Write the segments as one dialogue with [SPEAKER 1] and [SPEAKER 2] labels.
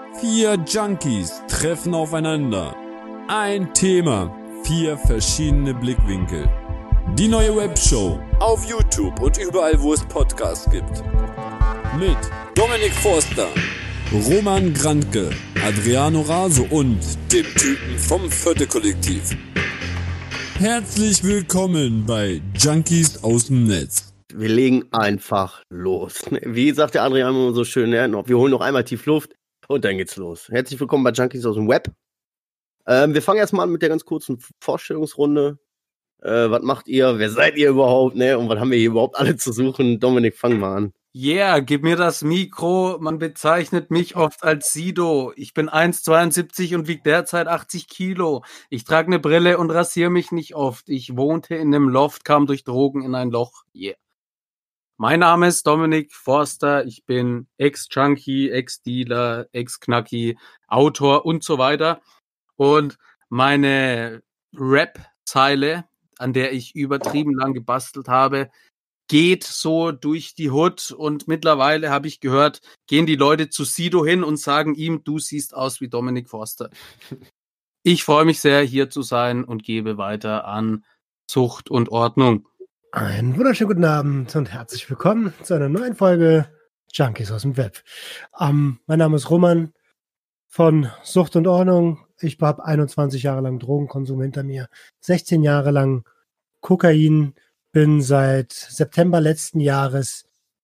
[SPEAKER 1] 4 Junkies treffen aufeinander. Ein Thema, 4 verschiedene Blickwinkel. Die neue Webshow auf YouTube und überall, wo es Podcasts gibt. Mit Dominik Forster, Roman Grantke, Adriano Raso und dem Typen vom Vierte-Kollektiv. Herzlich willkommen bei Junkies aus dem Netz.
[SPEAKER 2] Wir legen einfach los. Wie sagt der Adriano immer so schön, ja, wir holen noch einmal tief Luft und dann geht's los. Herzlich willkommen bei Junkies aus dem Web. Wir fangen erstmal an mit der ganz kurzen Vorstellungsrunde. Was macht ihr? Wer seid ihr überhaupt? Ne? Und was haben wir hier überhaupt alle zu suchen? Dominik, fang mal an.
[SPEAKER 3] Yeah, gib mir das Mikro. Man bezeichnet mich oft als Sido. Ich bin 1,72 und wiege derzeit 80 Kilo. Ich trage eine Brille und rasiere mich nicht oft. Ich wohnte in einem Loft, kam durch Drogen in ein Loch. Yeah. Mein Name ist Dominik Forster. Ich bin Ex-Junkie, Ex-Dealer, Ex-Knacki, Autor und so weiter. Und meine Rap-Zeile, an der ich übertrieben lang gebastelt habe, geht so durch die Hood und mittlerweile habe ich gehört, gehen die Leute zu Sido hin und sagen ihm, du siehst aus wie Dominik Forster. Ich freue mich sehr, hier zu sein und gebe weiter an Zucht und Ordnung.
[SPEAKER 4] Einen wunderschönen guten Abend und herzlich willkommen zu einer neuen Folge Junkies aus dem Web. Mein Name ist Roman von Sucht und Ordnung. Ich habe 21 Jahre lang Drogenkonsum hinter mir, 16 Jahre lang Kokain, bin seit September letzten Jahres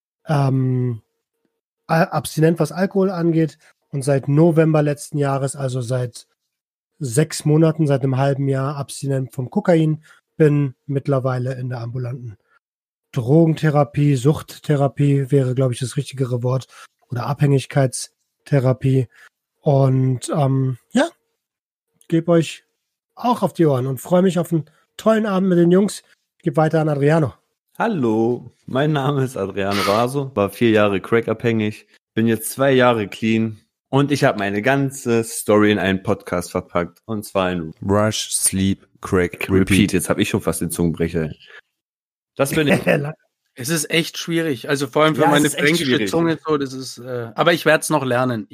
[SPEAKER 4] abstinent, was Alkohol angeht, und seit November letzten Jahres, also seit 6 Monaten, seit einem halben Jahr abstinent vom Kokain, bin mittlerweile in der ambulanten Drogentherapie, Suchttherapie wäre, glaube ich, das richtigere Wort, oder Abhängigkeitstherapie, und gebe euch auch auf die Ohren und freue mich auf einen tollen Abend mit den Jungs. Ich gebe weiter an Adriano.
[SPEAKER 5] Hallo, mein Name ist Adriano Raso, war 4 Jahre crackabhängig, bin jetzt 2 Jahre clean und ich habe meine ganze Story in einen Podcast verpackt, und zwar in
[SPEAKER 1] Rush, Sleep, Crack,
[SPEAKER 5] Repeat. Jetzt habe ich schon fast den Zungenbrecher. Das bin ich.
[SPEAKER 3] Es ist echt schwierig, also vor allem für meine fränkische Zunge so, das ist, aber ich werde es noch lernen,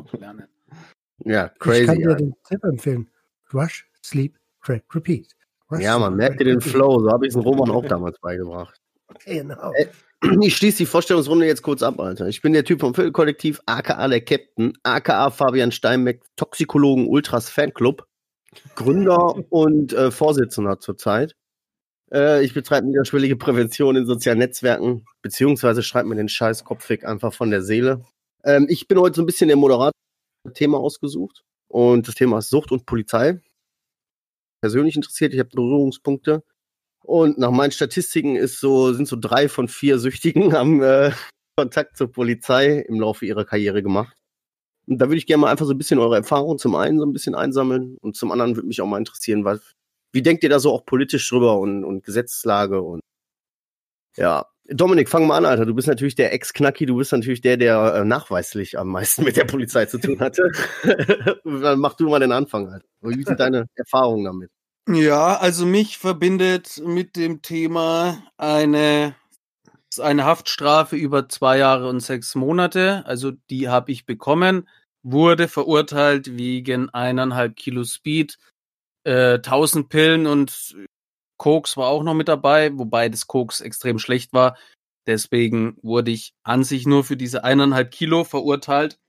[SPEAKER 2] Ja, crazy.
[SPEAKER 4] Ich kann dir den Tipp empfehlen. Rush, Sleep, Crack, Repeat. Rush,
[SPEAKER 2] Ja, man merkt dir den Flow, so habe ich es Roman auch damals beigebracht.
[SPEAKER 4] Genau.
[SPEAKER 2] Ich schließe die Vorstellungsrunde jetzt kurz ab, Alter. Ich bin der Typ vom Vierte-Kollektiv, aka der Captain, aka Fabian Steinbeck, Toxikologen Ultras Fanclub, Gründer und Vorsitzender zurzeit. Ich betreibe niederschwellige Prävention in sozialen Netzwerken, beziehungsweise schreibe mir den Scheiß Kopfweg einfach von der Seele. Ich bin heute so ein bisschen der Moderator, Thema ausgesucht, und das Thema ist Sucht und Polizei. Persönlich interessiert, ich habe Berührungspunkte, und nach meinen Statistiken sind so 3 von 4 Süchtigen haben Kontakt zur Polizei im Laufe ihrer Karriere gemacht. Und da würde ich gerne mal einfach so ein bisschen eure Erfahrungen zum einen so ein bisschen einsammeln, und zum anderen würde mich auch mal interessieren, wie denkt ihr da so auch politisch drüber und Gesetzeslage? Und ja, Dominik, fang mal an, Alter. Du bist natürlich der Ex-Knacki, du bist natürlich der nachweislich am meisten mit der Polizei zu tun hatte. Dann mach du mal den Anfang, Alter. Wie sind deine Erfahrungen damit?
[SPEAKER 3] Ja, also mich verbindet mit dem Thema eine Haftstrafe über 2 Jahre und 6 Monate. Also die habe ich bekommen, wurde verurteilt wegen 1,5 Kilo Speed, 1000 Pillen und Koks war auch noch mit dabei, wobei das Koks extrem schlecht war. Deswegen wurde ich an sich nur für diese 1,5 Kilo verurteilt.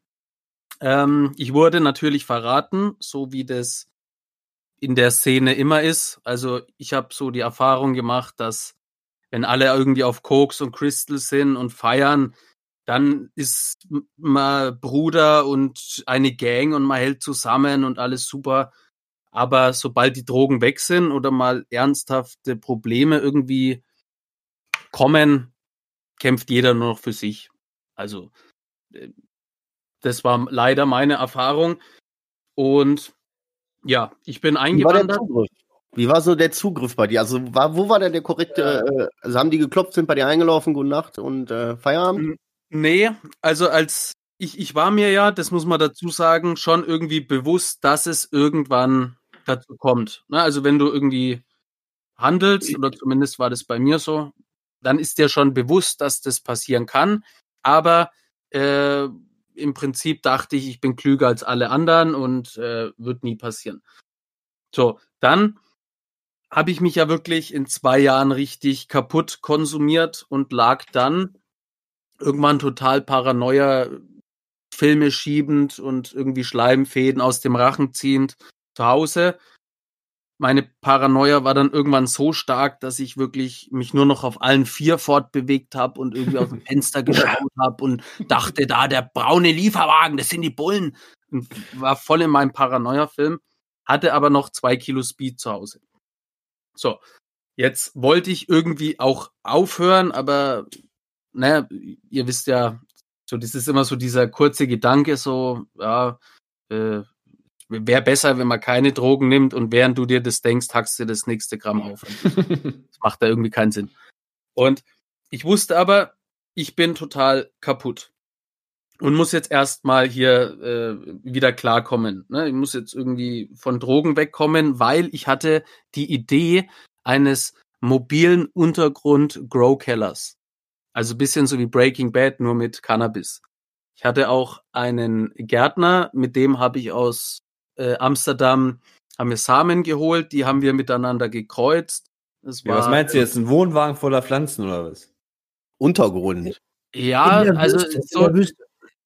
[SPEAKER 3] Ich wurde natürlich verraten, so wie das in der Szene immer ist. Also ich habe so die Erfahrung gemacht, dass wenn alle irgendwie auf Koks und Crystal sind und feiern, dann ist man Bruder und eine Gang und man hält zusammen und alles super. Aber sobald die Drogen weg sind oder mal ernsthafte Probleme irgendwie kommen, kämpft jeder nur noch für sich. Also das war leider meine Erfahrung. Und ja, ich bin eingewandert.
[SPEAKER 2] Wie war so der Zugriff bei dir? Also wo war denn der korrekte, also haben die geklopft, sind bei dir eingelaufen, gute Nacht und Feierabend?
[SPEAKER 3] Nee, also ich war mir ja, das muss man dazu sagen, schon irgendwie bewusst, dass es irgendwann dazu kommt. Ne? Also wenn du irgendwie handelst, oder zumindest war das bei mir so, dann ist dir schon bewusst, dass das passieren kann. Aber im Prinzip dachte ich bin klüger als alle anderen und wird nie passieren. So, dann habe ich mich ja wirklich in 2 Jahren richtig kaputt konsumiert und lag dann irgendwann total Paranoia, Filme schiebend und irgendwie Schleimfäden aus dem Rachen ziehend zu Hause. Meine Paranoia war dann irgendwann so stark, dass ich wirklich mich nur noch auf allen 4 fortbewegt habe und irgendwie aus dem Fenster geschaut habe und dachte, da der braune Lieferwagen, das sind die Bullen. Und war voll in meinem Paranoia-Film, hatte aber noch 2 Kilo Speed zu Hause. So, jetzt wollte ich irgendwie auch aufhören, aber ne, ihr wisst ja, so das ist immer so dieser kurze Gedanke, so, ja, wäre besser, wenn man keine Drogen nimmt und während du dir das denkst, hackst du das nächste Gramm auf. Das macht da irgendwie keinen Sinn. Und ich wusste aber, ich bin total kaputt und muss jetzt erstmal hier wieder klarkommen. Ne? Ich muss jetzt irgendwie von Drogen wegkommen, weil ich hatte die Idee eines mobilen Untergrund-Grow-Kellers. Also ein bisschen so wie Breaking Bad, nur mit Cannabis. Ich hatte auch einen Gärtner, mit dem habe ich aus Amsterdam, haben wir Samen geholt, die haben wir miteinander gekreuzt. Das
[SPEAKER 5] Ja,
[SPEAKER 3] war,
[SPEAKER 5] was meinst du jetzt? Ein Wohnwagen voller Pflanzen oder was?
[SPEAKER 2] Untergrund.
[SPEAKER 3] Ja,
[SPEAKER 4] In der
[SPEAKER 3] also
[SPEAKER 4] Wüste,
[SPEAKER 3] so
[SPEAKER 4] in der Wüste.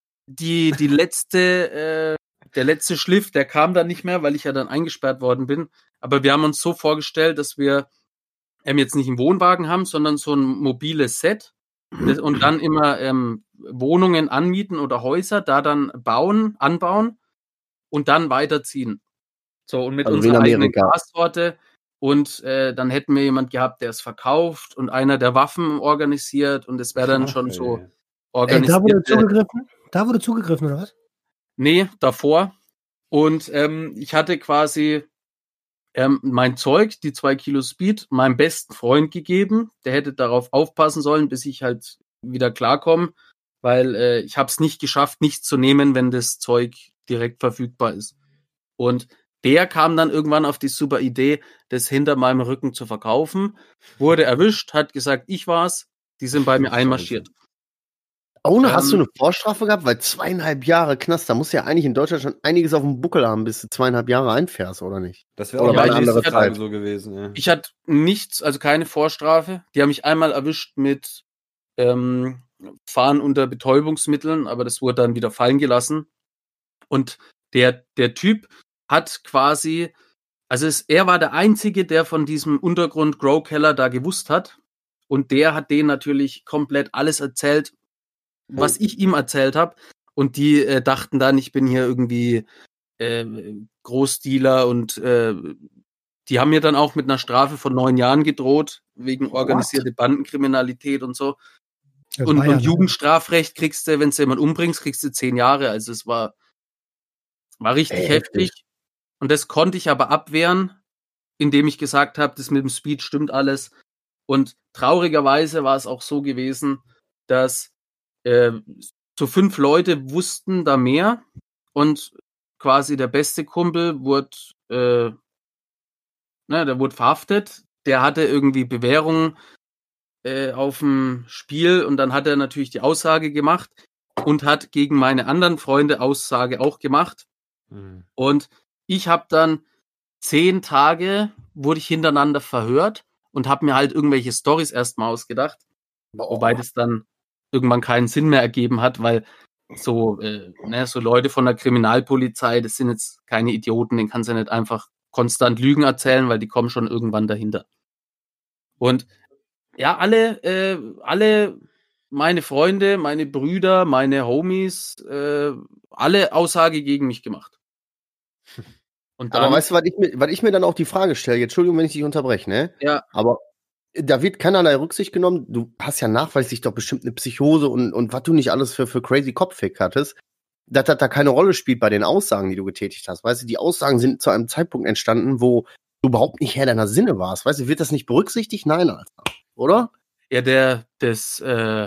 [SPEAKER 3] der letzte Schliff, der kam dann nicht mehr, weil ich ja dann eingesperrt worden bin. Aber wir haben uns so vorgestellt, dass wir jetzt nicht einen Wohnwagen haben, sondern so ein mobiles Set und dann immer Wohnungen anmieten oder Häuser, da dann anbauen und dann weiterziehen. So, und mit
[SPEAKER 2] Also wie in
[SPEAKER 3] unserer eigenen
[SPEAKER 2] Amerika.
[SPEAKER 3] Grassorte. Und dann hätten wir jemand gehabt, der es verkauft und einer, der Waffen organisiert und es wäre dann schon so
[SPEAKER 5] Ey.
[SPEAKER 4] Da wurde
[SPEAKER 3] organisiert.
[SPEAKER 4] zugegriffen? Da wurde zugegriffen, oder was?
[SPEAKER 3] Nee, davor. Und ich hatte quasi mein Zeug, die 2 Kilo Speed, meinem besten Freund gegeben. Der hätte darauf aufpassen sollen, bis ich halt wieder klarkomme, weil ich habe es nicht geschafft, nichts zu nehmen, wenn das Zeug direkt verfügbar ist. Und der kam dann irgendwann auf die super Idee, das hinter meinem Rücken zu verkaufen, wurde erwischt, hat gesagt, ich war's, die sind bei mir einmarschiert.
[SPEAKER 2] Ohne hast du eine Vorstrafe gehabt? Weil 2,5 Jahre Knast, da musst du ja eigentlich in Deutschland schon einiges auf dem Buckel haben, bis du 2,5 Jahre einfährst, oder nicht?
[SPEAKER 5] Das wäre
[SPEAKER 2] Oder
[SPEAKER 5] auch
[SPEAKER 2] war
[SPEAKER 5] meine
[SPEAKER 2] eine
[SPEAKER 5] nächste
[SPEAKER 2] andere
[SPEAKER 5] Frage
[SPEAKER 2] Zeit?
[SPEAKER 5] so gewesen. Ja.
[SPEAKER 3] Ich hatte nichts, also keine Vorstrafe. Die haben mich einmal erwischt mit Fahren unter Betäubungsmitteln, aber das wurde dann wieder fallen gelassen. Und der Typ hat quasi, also er war der Einzige, der von diesem Untergrund-Grow-Keller da gewusst hat. Und der hat denen natürlich komplett alles erzählt, was ich ihm erzählt habe. Und die dachten dann, ich bin hier irgendwie Großdealer und die haben mir dann auch mit einer Strafe von 9 Jahren gedroht, wegen organisierte Bandenkriminalität und so.
[SPEAKER 4] Ja,
[SPEAKER 3] Und
[SPEAKER 4] Bayern,
[SPEAKER 3] Jugendstrafrecht kriegst du, wenn du jemanden umbringst, kriegst du 10 Jahre. Also es war richtig heftig. Und das konnte ich aber abwehren, indem ich gesagt habe, das mit dem Speed stimmt alles. Und traurigerweise war es auch so gewesen, dass so 5 Leute wussten da mehr und quasi der beste Kumpel wurde der wurde verhaftet. Der hatte irgendwie Bewährung auf dem Spiel und dann hat er natürlich die Aussage gemacht und hat gegen meine anderen Freunde Aussage auch gemacht.
[SPEAKER 5] Mhm.
[SPEAKER 3] Und ich habe dann 10 Tage wurde ich hintereinander verhört und habe mir halt irgendwelche Storys erstmal ausgedacht, wobei das dann irgendwann keinen Sinn mehr ergeben hat, weil so Leute von der Kriminalpolizei, das sind jetzt keine Idioten, denen kannst du nicht einfach konstant Lügen erzählen, weil die kommen schon irgendwann dahinter. Und ja, alle meine Freunde, meine Brüder, meine Homies, alle Aussage gegen mich gemacht. Und dann,
[SPEAKER 2] Aber weißt du, was ich mir dann auch die Frage stelle, jetzt Entschuldigung, wenn ich dich unterbreche, ne?
[SPEAKER 3] Ja.
[SPEAKER 2] Aber da wird keinerlei Rücksicht genommen. Du hast ja nachweislich doch bestimmt eine Psychose und was du nicht alles für crazy Kopffick hattest, dass das da keine Rolle spielt bei den Aussagen, die du getätigt hast. Weißt du, die Aussagen sind zu einem Zeitpunkt entstanden, wo du überhaupt nicht Herr deiner Sinne warst. Weißt du, wird das nicht berücksichtigt? Nein, Alter. Oder?
[SPEAKER 3] Ja, das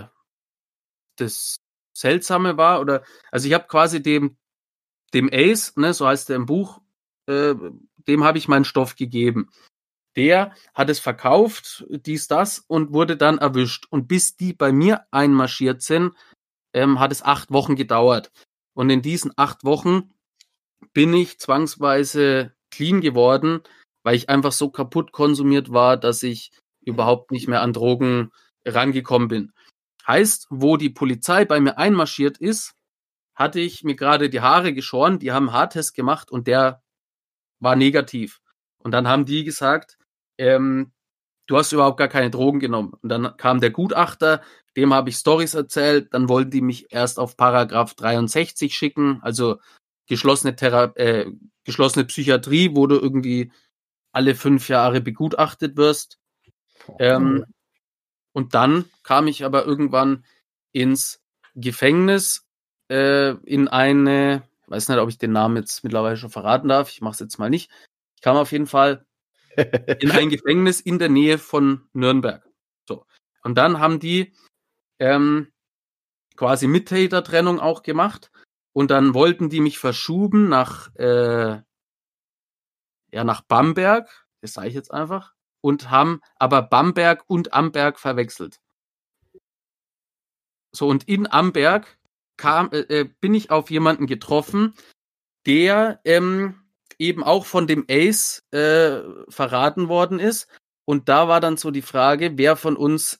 [SPEAKER 3] Seltsame war, also ich habe quasi dem Ace, ne, so heißt er im Buch, dem habe ich meinen Stoff gegeben. Der hat es verkauft, das und wurde dann erwischt. Und bis die bei mir einmarschiert sind, hat es 8 Wochen gedauert. Und in diesen 8 Wochen bin ich zwangsweise clean geworden, weil ich einfach so kaputt konsumiert war, dass ich überhaupt nicht mehr an Drogen rangekommen bin. Heißt, wo die Polizei bei mir einmarschiert ist, hatte ich mir gerade die Haare geschoren, die haben einen Haartest gemacht und der war negativ. Und dann haben die gesagt, du hast überhaupt gar keine Drogen genommen. Und dann kam der Gutachter, dem habe ich Storys erzählt, dann wollten die mich erst auf Paragraph 63 schicken, also geschlossene Psychiatrie, wo du irgendwie alle 5 Jahre begutachtet wirst. Und dann kam ich aber irgendwann ins Gefängnis, in eine, ich weiß nicht, ob ich den Namen jetzt mittlerweile schon verraten darf, ich mache es jetzt mal nicht. Ich kam auf jeden Fall in ein Gefängnis in der Nähe von Nürnberg. So. Und dann haben die quasi Mittätertrennung auch gemacht und dann wollten die mich verschuben nach Bamberg, das sage ich jetzt einfach, und haben aber Bamberg und Amberg verwechselt. So, und in Amberg bin ich auf jemanden getroffen, der eben auch von dem Ace verraten worden ist. Und da war dann so die Frage, wer von uns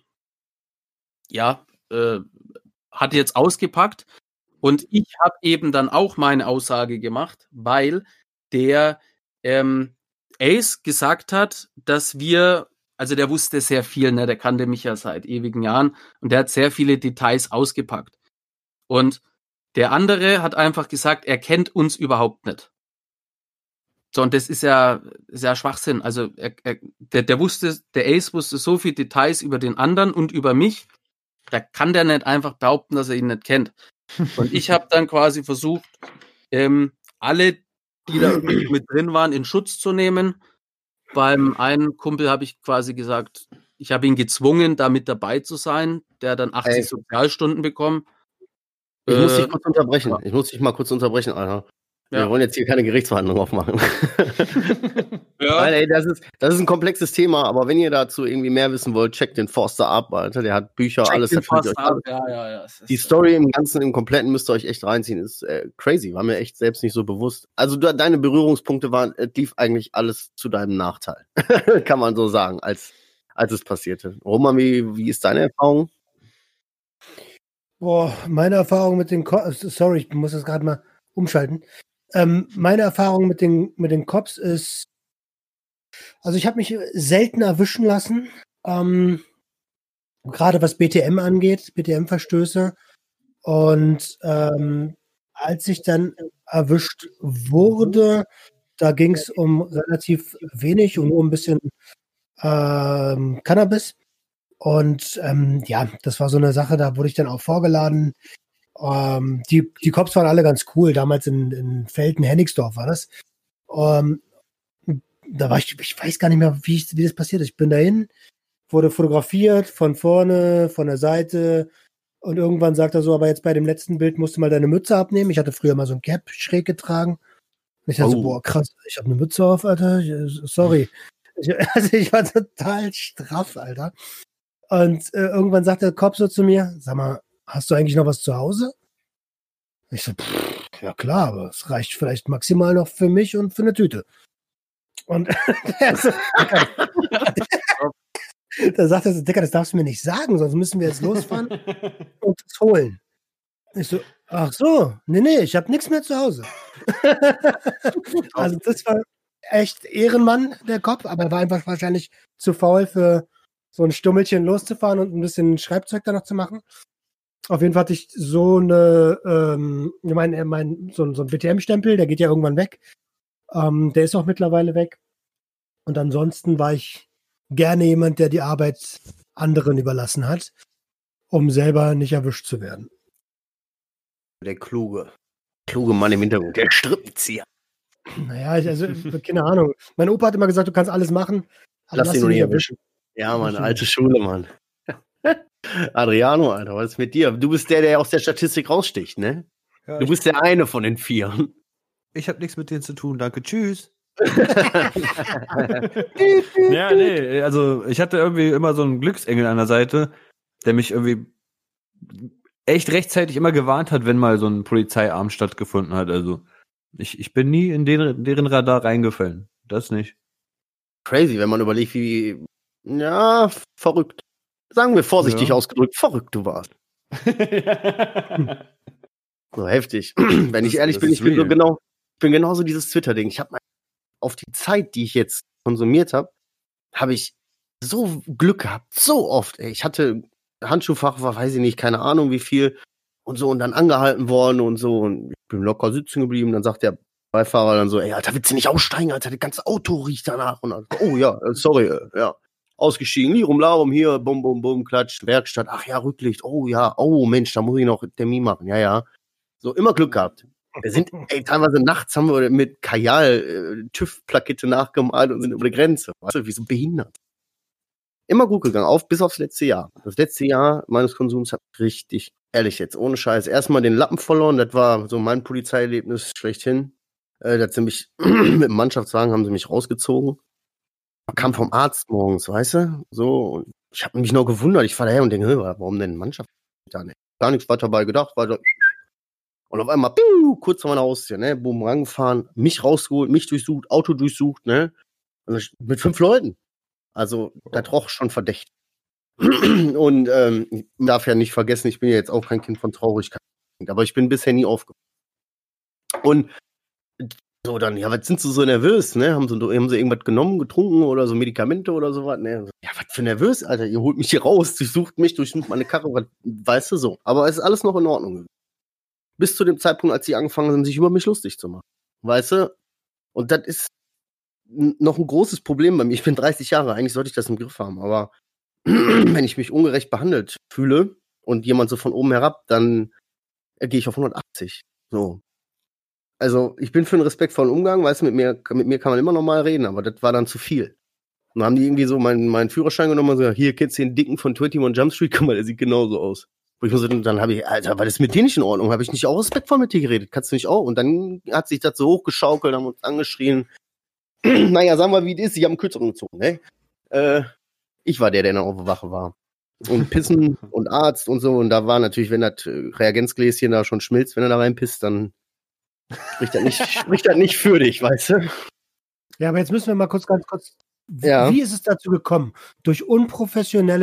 [SPEAKER 3] hat jetzt ausgepackt. Und ich habe eben dann auch meine Aussage gemacht, weil der Ace gesagt hat, dass also der wusste sehr viel, ne? Der kannte mich ja seit ewigen Jahren und der hat sehr viele Details ausgepackt. Und der andere hat einfach gesagt, er kennt uns überhaupt nicht. So, und das ist ja Schwachsinn. Also der Ace wusste so viele Details über den anderen und über mich, da kann der nicht einfach behaupten, dass er ihn nicht kennt. Und ich habe dann quasi versucht, alle, die da irgendwie mit drin waren, in Schutz zu nehmen. Beim einen Kumpel habe ich quasi gesagt, ich habe ihn gezwungen, da mit dabei zu sein. Der hat dann 80 Sozialstunden bekommen.
[SPEAKER 2] Ich muss dich kurz unterbrechen. Ich muss dich mal kurz unterbrechen, Alter. Wir wollen jetzt hier keine Gerichtsverhandlung aufmachen. Nein, ey, das ist ein komplexes Thema, aber wenn ihr dazu irgendwie mehr wissen wollt, checkt den Forster ab, Alter. Der hat Bücher, alles. Die Story im Ganzen, im Kompletten müsst ihr euch echt reinziehen. Ist crazy, war mir echt selbst nicht so bewusst. Also deine Berührungspunkte lief eigentlich alles zu deinem Nachteil. Kann man so sagen, als es passierte. Roman, wie ist deine Erfahrung?
[SPEAKER 4] Boah, meine Erfahrung mit den sorry, ich muss das gerade mal umschalten. Meine Erfahrung mit den Cops ist, also ich habe mich selten erwischen lassen, gerade was BTM angeht, BTM-Verstöße. Und als ich dann erwischt wurde, da ging es um relativ wenig und nur ein bisschen Cannabis. Und das war so eine Sache, da wurde ich dann auch vorgeladen. Die Cops waren alle ganz cool. Damals in Velten-Hennigsdorf war das. Da war ich weiß gar nicht mehr, wie das passiert ist. Ich bin dahin, wurde fotografiert, von vorne, von der Seite. Und irgendwann sagt er so, aber jetzt bei dem letzten Bild musst du mal deine Mütze abnehmen. Ich hatte früher mal so ein Cap schräg getragen. Und ich dachte so, boah, krass, ich habe eine Mütze auf, Alter. Sorry. Ich war total straff, Alter. Und irgendwann sagt der Cop so zu mir, sag mal, hast du eigentlich noch was zu Hause? Ich so, ja klar, aber es reicht vielleicht maximal noch für mich und für eine Tüte. Und da sagt er so, Dicker, das darfst du mir nicht sagen, sonst müssen wir jetzt losfahren und das holen. Ich so, ach so, nee, ich habe nichts mehr zu Hause. Also das war echt Ehrenmann, der Cop, aber er war einfach wahrscheinlich zu faul für so ein Stummelchen loszufahren und ein bisschen Schreibzeug da noch zu machen. Auf jeden Fall hatte ich so eine, so ein BTM-Stempel, der geht ja irgendwann weg. Der ist auch mittlerweile weg. Und ansonsten war ich gerne jemand, der die Arbeit anderen überlassen hat, um selber nicht erwischt zu werden.
[SPEAKER 2] Der kluge Mann im Hintergrund, der Strippenzieher.
[SPEAKER 4] Naja, keine Ahnung. Mein Opa hat immer gesagt, du kannst alles machen, aber
[SPEAKER 2] lass dich nur nicht erwischen. Ja, Mann, alte Schule, Mann. Adriano, Alter, was ist mit dir? Du bist der aus der Statistik raussticht, ne? Ja, du bist der eine von den 4.
[SPEAKER 5] Ich habe nichts mit denen zu tun, danke, tschüss.
[SPEAKER 6] Ja, nee, also ich hatte irgendwie immer so einen Glücksengel an der Seite, der mich irgendwie
[SPEAKER 5] echt rechtzeitig immer gewarnt hat, wenn mal so ein Polizeiabend stattgefunden hat. Also ich bin nie in deren Radar reingefallen. Das nicht.
[SPEAKER 2] Crazy, wenn man überlegt, wie, ja, verrückt. Sagen wir vorsichtig ausgedrückt, verrückt du warst. So heftig. Wenn ich ehrlich bin, ich bin so genauso dieses Twitter-Ding. Ich habe auf die Zeit, die ich jetzt konsumiert habe ich so Glück gehabt. So oft, ey. Ich hatte Handschuhfach, weiß ich nicht, keine Ahnung wie viel und so und dann angehalten worden und so und ich bin locker sitzen geblieben. Dann sagt der Beifahrer dann so, ey, Alter, willst du nicht aussteigen, Alter, das ganze Auto riecht danach. Und dann, oh ja, sorry, ja. Ausgestiegen, Lirum Larum, hier, bum, bum, bum, Klatsch, Werkstatt, ach ja, Rücklicht, oh ja, oh Mensch, da muss ich noch Termin machen, ja. So, immer Glück gehabt. Wir sind, teilweise nachts haben wir mit Kajal TÜV-Plakette nachgemalt und sind über die Grenze. Weißt du, wie so behindert. Immer gut gegangen, bis aufs letzte Jahr. Das letzte Jahr meines Konsums hat richtig, ehrlich jetzt, ohne Scheiß, erstmal den Lappen verloren, das war so mein Polizeierlebnis schlechthin. Da hat sie mich, mit dem Mannschaftswagen haben sie mich rausgezogen. Kam vom Arzt morgens, weißt du? So, und ich habe mich noch gewundert. Ich fahr daher und denke, warum denn Mannschaft? Gar nichts weiter dabei gedacht, weiter. Und auf einmal, kurz vor meiner Haustür, ne, boom, rangefahren, mich rausgeholt, mich durchsucht, Auto durchsucht, ne? Und mit 5 Leuten. Also, das roch schon verdächtig. Und ich darf ja nicht vergessen, ich bin ja jetzt auch kein Kind von Traurigkeit. Aber ich bin bisher nie aufgewacht. Und so dann, ja, was sind Sie so nervös, ne? Haben sie irgendwas genommen, getrunken oder so Medikamente oder sowas, ne? Ja, was für nervös, Alter, ihr holt mich hier raus, durchsucht meine Karre, was, weißt du so. Aber es ist alles noch in Ordnung. Bis zu dem Zeitpunkt, als sie angefangen haben, sich über mich lustig zu machen. Weißt du? Und das ist noch ein großes Problem bei mir. Ich bin 30 Jahre, eigentlich sollte ich das im Griff haben, aber wenn ich mich ungerecht behandelt fühle und jemand so von oben herab, dann gehe ich auf 180. So. Also, ich bin für einen respektvollen Umgang, weißt du, mit mir kann man immer noch mal reden, aber das war dann zu viel. Und dann haben die irgendwie so meinen Führerschein genommen und gesagt, hier, kennst du den Dicken von 21 Jump Street? Guck mal, der sieht genauso aus. Wo ich mir so, dann habe ich, Alter, was ist mit dir nicht in Ordnung? Habe ich nicht auch respektvoll mit dir geredet? Kannst du nicht auch? Und dann hat sich das so hochgeschaukelt, haben uns angeschrien. Naja, sagen wir, wie es ist, ich habe einen Kürzeren gezogen, ne? Ich war der auf der Wache war. Und Pissen und Arzt und so. Und da war natürlich, wenn das Reagenzgläschen da schon schmilzt, wenn er da reinpisst, dann spricht das nicht für dich, weißt du?
[SPEAKER 4] Ja, aber jetzt müssen wir mal ganz kurz.
[SPEAKER 2] Ja.
[SPEAKER 4] Wie ist es dazu gekommen? Durch unprofessionelle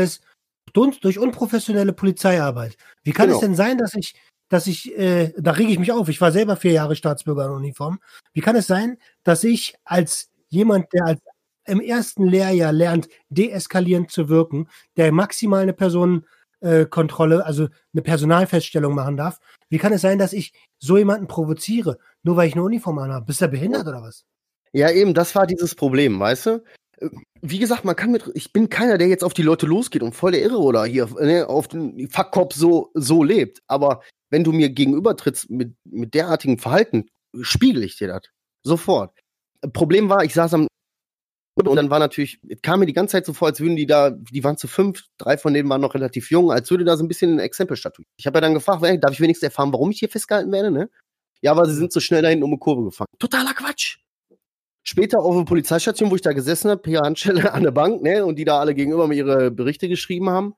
[SPEAKER 4] Polizeiarbeit. Wie kann es denn sein, dass ich, da rege ich mich auf, ich war selber 4 Jahre Staatsbürger in Uniform. Wie kann es sein, dass ich als jemand, der im ersten Lehrjahr lernt, deeskalierend zu wirken, der maximal eine Personenkontrolle, also eine Personalfeststellung machen darf, wie kann es sein, dass ich so jemanden provoziere, nur weil ich eine Uniform anhabe? Bist du behindert oder was?
[SPEAKER 2] Ja, eben, das war dieses Problem, weißt du? Wie gesagt, ich bin keiner, der jetzt auf die Leute losgeht und voll der Irre oder hier auf den Fuckkopf so lebt. Aber wenn du mir gegenübertrittst mit derartigem Verhalten, spiegel ich dir das. Sofort. Problem war, ich saß am und dann war natürlich, kam mir die ganze Zeit so vor, als würden die waren zu 5, 3 von denen waren noch relativ jung, als würde da so ein bisschen ein Exempel statuieren. Ich habe ja dann gefragt, darf ich wenigstens erfahren, warum ich hier festgehalten werde, ne? Ja, aber sie sind so schnell da hinten um eine Kurve gefahren. Totaler Quatsch! Später auf der Polizeistation, wo ich da gesessen habe, hier Handstelle an der Bank, ne, und die da alle gegenüber mir ihre Berichte geschrieben haben,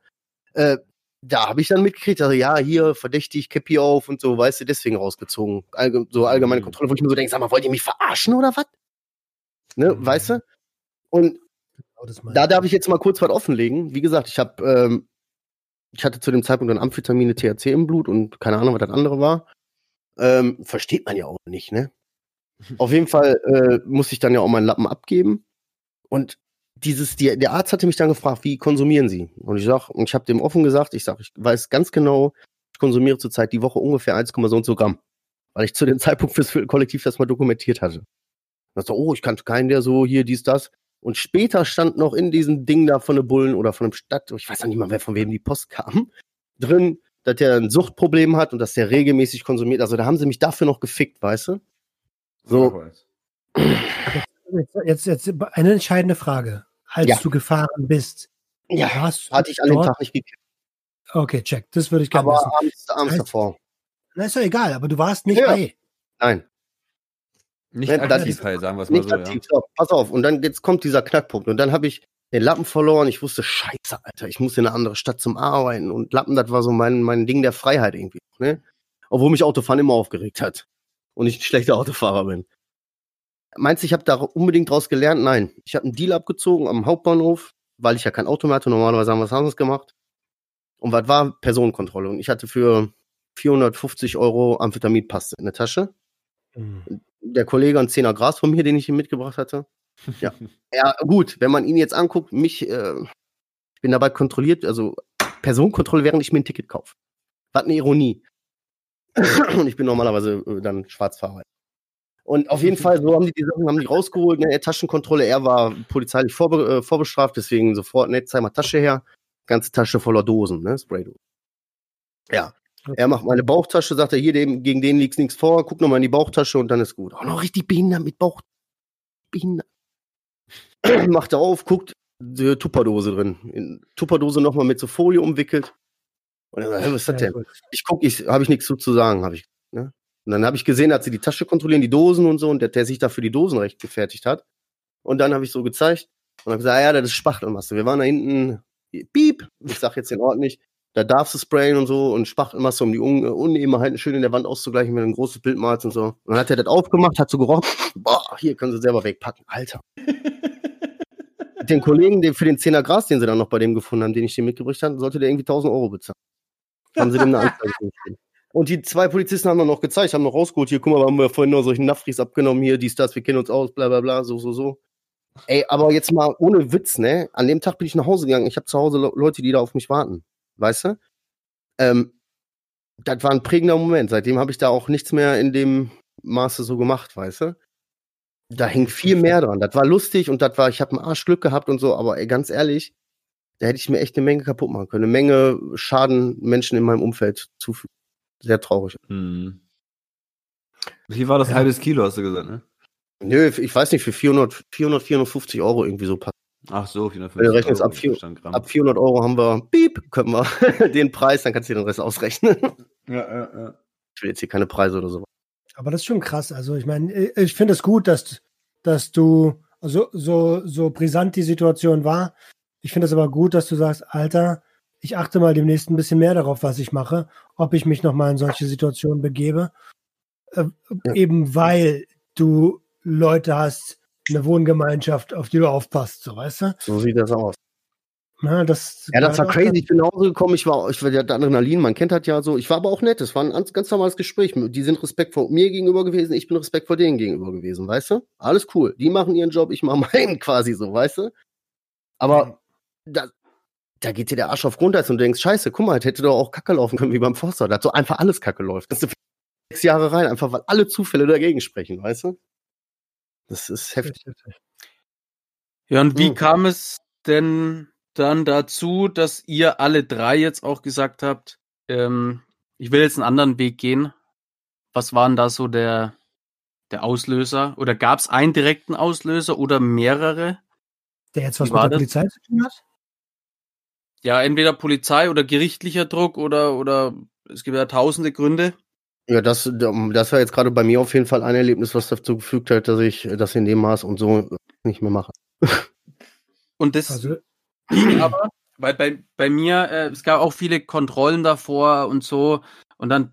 [SPEAKER 2] da habe ich dann mitgekriegt, also ja, hier, verdächtig, Käppi auf und so, weißt du, deswegen rausgezogen. So allgemeine Kontrolle, wo ich mir so denke, sag mal, wollt ihr mich verarschen oder was? Ne, weißt du? Und da darf ich jetzt mal kurz was offenlegen. Wie gesagt, ich hatte zu dem Zeitpunkt dann Amphetamine, THC im Blut und keine Ahnung, was das andere war. Versteht man ja auch nicht, ne? Auf jeden Fall musste ich dann ja auch meinen Lappen abgeben. Und der Arzt hatte mich dann gefragt, wie konsumieren Sie? Und ich habe dem offen gesagt, ich weiß ganz genau, ich konsumiere zurzeit die Woche ungefähr 1,so Gramm. Weil ich zu dem Zeitpunkt fürs Kollektiv das mal dokumentiert hatte. Und ich kannte keinen, der so hier, dies, das. Und später stand noch in diesem Ding da von der Bullen oder von dem Stadt, ich weiß noch nicht mal, von wem die Post kam, drin, dass der ein Suchtproblem hat und dass der regelmäßig konsumiert. Also da haben sie mich dafür noch gefickt, weißt du? So.
[SPEAKER 4] Jetzt eine entscheidende Frage. Als du gefahren bist,
[SPEAKER 2] hatte ich an dem Tag nicht gekriegt.
[SPEAKER 4] Okay, check. Das würde ich gerne wissen.
[SPEAKER 2] Aber abends davor.
[SPEAKER 4] Na, ist doch egal, aber du warst nicht bei.
[SPEAKER 2] Nein.
[SPEAKER 5] Nicht aktiv, sagen wir es mal so.
[SPEAKER 2] Aktiv, ja. Pass auf, und dann jetzt kommt dieser Knackpunkt. Und dann habe ich den Lappen verloren. Ich wusste, scheiße, Alter, ich muss in eine andere Stadt zum Arbeiten. Und Lappen, das war so mein Ding der Freiheit irgendwie. Ne? Obwohl mich Autofahren immer aufgeregt hat. Und ich ein schlechter Autofahrer bin. Meinst du, ich habe da unbedingt draus gelernt? Nein. Ich habe einen Deal abgezogen am Hauptbahnhof, weil ich ja kein Auto mehr hatte. Normalerweise haben wir was anderes gemacht. Und was war? Personenkontrolle. Und ich hatte für 450 € Amphetaminpaste in der Tasche. Der Kollege ein 10er Gras von mir, den ich ihm mitgebracht hatte. Ja. Ja, gut, wenn man ihn jetzt anguckt, ich bin dabei kontrolliert, also Personenkontrolle, während ich mir ein Ticket kaufe. Was eine Ironie. Und ich bin normalerweise dann Schwarzfahrer. Und auf jeden Fall, so haben die Sachen rausgeholt, ne, Taschenkontrolle, er war polizeilich vorbestraft, deswegen sofort, ne, zeig mal Tasche her, ganze Tasche voller Dosen, ne, Spraydosen. Ja, er macht meine Bauchtasche, sagt er, hier, gegen den liegt nichts vor, guck nochmal in die Bauchtasche und dann ist gut. Oh, noch richtig behindert mit behindert. Macht er auf, guckt, die Tupperdose drin. Tupperdose nochmal mit so Folie umwickelt. Und er sagt, was ist das denn? Ich guck, habe ich nichts zu sagen, habe ich, ne? Und dann habe ich gesehen, dass sie die Tasche kontrollieren, die Dosen und so, und der sich dafür die Dosen recht gefertigt hat. Und dann habe ich so gezeigt und habe gesagt, ja, das ist Spachtelmasse. Wir waren da hinten, piep, ich sag jetzt den Ort nicht, da darfst du sprayen und so und Spachtelmasse, um die Unebenheiten schön in der Wand auszugleichen, wenn du ein großes Bild malst und so. Und dann hat er das aufgemacht, hat so gerochen, boah, hier können sie selber wegpacken, Alter. Den Kollegen, für den 10er Gras, den sie dann noch bei dem gefunden haben, den ich dem mitgebracht habe, sollte der irgendwie 1.000 € bezahlen. Haben sie dem eine Anzeige gegeben. Und die 2 Polizisten haben dann noch gezeigt, haben noch rausgeholt, hier, guck mal, haben wir vorhin noch solchen Nafris abgenommen, hier, dies, das, wir kennen uns aus, bla bla bla, so. Ey, aber jetzt mal ohne Witz, ne? An dem Tag bin ich nach Hause gegangen, ich habe zu Hause Leute, die da auf mich warten, weißt du? Das war ein prägender Moment, seitdem habe ich da auch nichts mehr in dem Maße so gemacht, weißt du? Da hing viel mehr dran, das war lustig und ich habe ein Arschglück gehabt und so, aber ey, ganz ehrlich, da hätte ich mir echt eine Menge kaputt machen können, eine Menge Schaden Menschen in meinem Umfeld zufügen. Sehr traurig.
[SPEAKER 5] Wie viel war das? Halbes Kilo, hast du gesagt, ne?
[SPEAKER 2] Nö, ich weiß nicht, für 450 € irgendwie so passt.
[SPEAKER 5] Ach so, 450
[SPEAKER 2] Wenn du rechnest, ab 400 € haben wir, können wir den Preis, dann kannst du dir den Rest ausrechnen.
[SPEAKER 5] Ja.
[SPEAKER 2] Ich will jetzt hier keine Preise oder so.
[SPEAKER 4] Aber das ist schon krass. Also ich meine, ich finde es gut, dass du, also so brisant die Situation war. Ich finde es aber gut, dass du sagst, Alter, ich achte mal demnächst ein bisschen mehr darauf, was ich mache, ob ich mich nochmal in solche Situationen begebe. Eben weil du Leute hast, eine Wohngemeinschaft, auf die du aufpasst, so, weißt du?
[SPEAKER 2] So sieht das aus.
[SPEAKER 4] Ja, das
[SPEAKER 2] war crazy. Ich bin nach Hause gekommen, ich war der Adrenalin, man kennt das ja so. Ich war aber auch nett, es war ein ganz normales Gespräch. Die sind respektvoll mir gegenüber gewesen, ich bin respektvoll denen gegenüber gewesen, weißt du? Alles cool. Die machen ihren Job, ich mache meinen quasi so, weißt du? Aber da geht dir der Arsch auf Grundeis und du denkst, scheiße, guck mal, das hätte doch auch Kacke laufen können wie beim Forster. Da hat so einfach alles Kacke läuft. Das sind 6 Jahre rein, einfach weil alle Zufälle dagegen sprechen, weißt du? Das ist heftig.
[SPEAKER 3] Ja, und wie kam es denn dann dazu, dass ihr alle 3 jetzt auch gesagt habt, ich will jetzt einen anderen Weg gehen? Was war denn da so der Auslöser? Oder gab es einen direkten Auslöser oder mehrere?
[SPEAKER 4] Der jetzt was mit der Polizei zu tun hat?
[SPEAKER 3] Ja, entweder Polizei oder gerichtlicher Druck oder es gibt ja tausende Gründe.
[SPEAKER 2] Ja, das war jetzt gerade bei mir auf jeden Fall ein Erlebnis, was dazu gefügt hat, dass ich das in dem Maß und so nicht mehr mache.
[SPEAKER 3] Und das ging aber, weil bei mir, es gab auch viele Kontrollen davor und so und dann,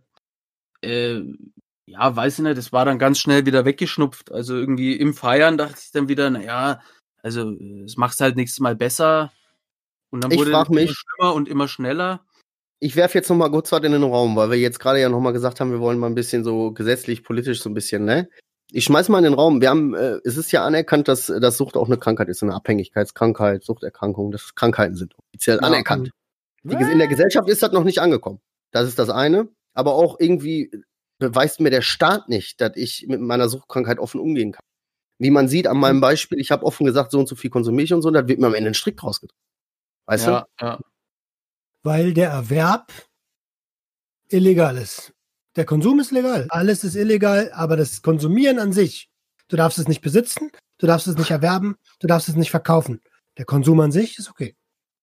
[SPEAKER 3] weiß ich nicht, das war dann ganz schnell wieder weggeschnupft. Also irgendwie im Feiern dachte ich dann wieder, naja, also es macht halt nächstes Mal besser. Und dann wurde es immer schlimmer und immer schneller.
[SPEAKER 2] Ich werfe jetzt nochmal kurz was in den Raum, weil wir jetzt gerade ja nochmal gesagt haben, wir wollen mal ein bisschen so gesetzlich, politisch so ein bisschen, ne? Ich schmeiß mal in den Raum. Wir haben, es ist ja anerkannt, dass Sucht auch eine Krankheit ist, eine Abhängigkeitskrankheit, Suchterkrankung, dass es Krankheiten sind, offiziell anerkannt. In der Gesellschaft ist das noch nicht angekommen. Das ist das eine. Aber auch irgendwie beweist mir der Staat nicht, dass ich mit meiner Suchtkrankheit offen umgehen kann. Wie man sieht an meinem Beispiel, ich habe offen gesagt, so und so viel konsumiere ich und so, da wird mir am Ende ein Strick draus gedrückt. Weißt du?
[SPEAKER 3] Ja.
[SPEAKER 4] Weil der Erwerb illegal ist. Der Konsum ist legal. Alles ist illegal, aber das Konsumieren an sich, du darfst es nicht besitzen, du darfst es nicht erwerben, du darfst es nicht verkaufen. Der Konsum an sich ist okay.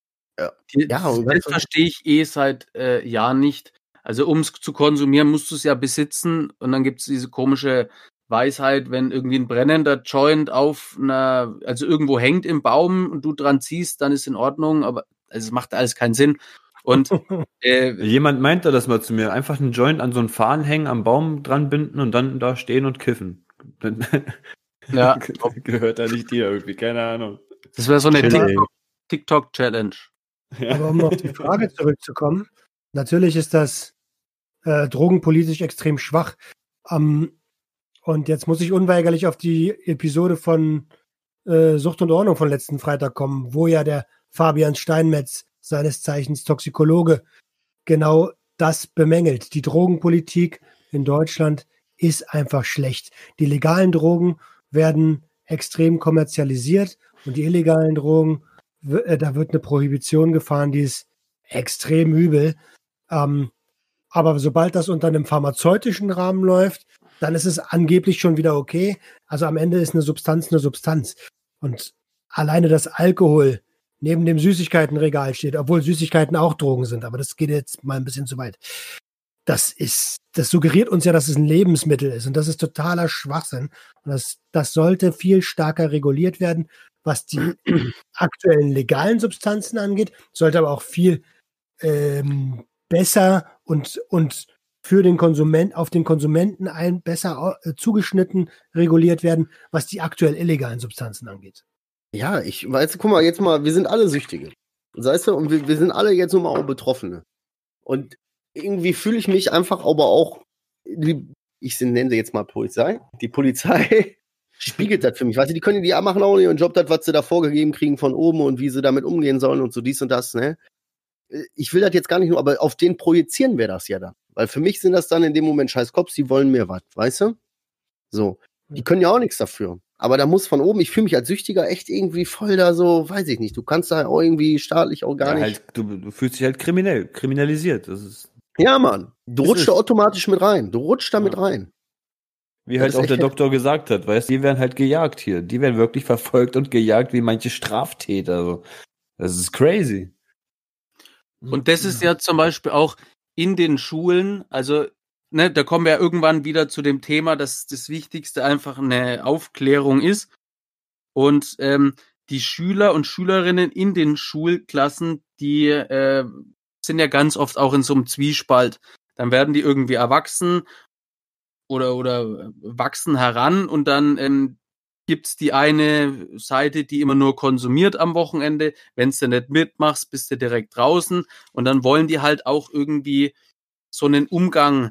[SPEAKER 3] Das verstehe ich seit Jahren nicht. Also um es zu konsumieren, musst du es ja besitzen und dann gibt es diese komische weiß halt, wenn irgendwie ein brennender Joint also irgendwo hängt im Baum und du dran ziehst, dann ist in Ordnung, aber also es macht alles keinen Sinn. Und
[SPEAKER 5] Jemand meinte das mal zu mir, einfach einen Joint an so einen Faden hängen, am Baum dran binden und dann da stehen und kiffen. Dann
[SPEAKER 3] ja,
[SPEAKER 5] gehört da nicht dir irgendwie, keine Ahnung.
[SPEAKER 3] das wäre so eine
[SPEAKER 5] Chilling.
[SPEAKER 3] TikTok-Challenge.
[SPEAKER 4] Aber um auf die Frage zurückzukommen, natürlich ist das drogenpolitisch extrem schwach. Und jetzt muss ich unweigerlich auf die Episode von Sucht und Ordnung von letzten Freitag kommen, wo ja der Fabian Steinmetz, seines Zeichens Toxikologe, genau das bemängelt. Die Drogenpolitik in Deutschland ist einfach schlecht. Die legalen Drogen werden extrem kommerzialisiert und die illegalen Drogen, da wird eine Prohibition gefahren, die ist extrem übel. Aber sobald das unter einem pharmazeutischen Rahmen läuft, dann ist es angeblich schon wieder okay. Also am Ende ist eine Substanz. Und alleine das Alkohol neben dem Süßigkeitenregal steht, obwohl Süßigkeiten auch Drogen sind, aber das geht jetzt mal ein bisschen zu weit. Das suggeriert uns ja, dass es ein Lebensmittel ist und das ist totaler Schwachsinn. Und das sollte viel stärker reguliert werden, was die aktuellen legalen Substanzen angeht, sollte aber auch viel besser und für den auf den Konsumenten besser zugeschnitten reguliert werden, was die aktuell illegalen Substanzen angeht.
[SPEAKER 2] Ja, guck mal, jetzt mal, wir sind alle Süchtige. Weißt du, und wir sind alle jetzt nun mal auch Betroffene. Und irgendwie fühle ich mich einfach aber auch, ich nenne sie jetzt mal Polizei, die Polizei spiegelt das für mich. Weißt du, die machen auch ihren Job, das, was sie da vorgegeben kriegen von oben und wie sie damit umgehen sollen und so dies und das, ne? Ich will das jetzt gar nicht nur, aber auf den projizieren wir das ja dann. Weil für mich sind das dann in dem Moment scheiß Cops, die wollen mir was, weißt du? So. Die können ja auch nichts dafür. Aber da muss von oben, ich fühle mich als Süchtiger echt irgendwie voll da so, weiß ich nicht, du kannst da auch irgendwie staatlich auch gar nicht.
[SPEAKER 5] Halt, du fühlst dich halt kriminalisiert. Das ist
[SPEAKER 2] Ja, Mann. Du rutschst da automatisch mit rein. Du rutschst da mit rein.
[SPEAKER 5] Wie halt
[SPEAKER 2] Das ist
[SPEAKER 5] auch der
[SPEAKER 2] echt
[SPEAKER 5] Doktor gesagt hat, weißt du, die werden halt gejagt hier. Die werden wirklich verfolgt und gejagt wie manche Straftäter. So. Das ist crazy.
[SPEAKER 3] Und das ist ja zum Beispiel auch in den Schulen, also ne, da kommen wir ja irgendwann wieder zu dem Thema, dass das Wichtigste einfach eine Aufklärung ist. Und die Schüler und Schülerinnen in den Schulklassen, die sind ja ganz oft auch in so einem Zwiespalt. Dann werden die irgendwie erwachsen oder wachsen heran und dann gibt's die eine Seite, die immer nur konsumiert am Wochenende. Wenn's du nicht mitmachst, bist du direkt draußen. Und dann wollen die halt auch irgendwie so einen Umgang